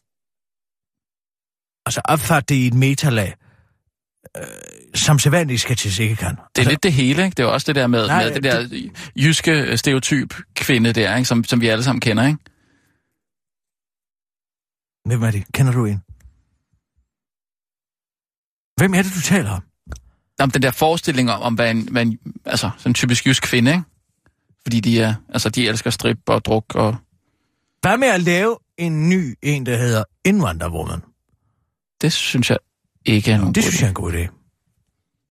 altså opfatte det i et metalag, øh, som sædvanligt skatistisk ikke kan. Det er altså, lidt det hele, ikke? Det er jo også det der med, nej, med det der det... jyske stereotyp kvinde der, ikke? Som, som vi alle sammen kender, ikke? Hvem er det? Kender du en? Hvem er det, du taler om? Om den der forestilling om, om hvad en, hvad en altså, sådan en typisk jysk kvinde, ikke? Fordi de er, altså, de elsker strip og druk og... Hvad med at lave en ny en, der hedder Indvandrerwoman? Det synes jeg ikke er nogen Det synes jeg er en god idé.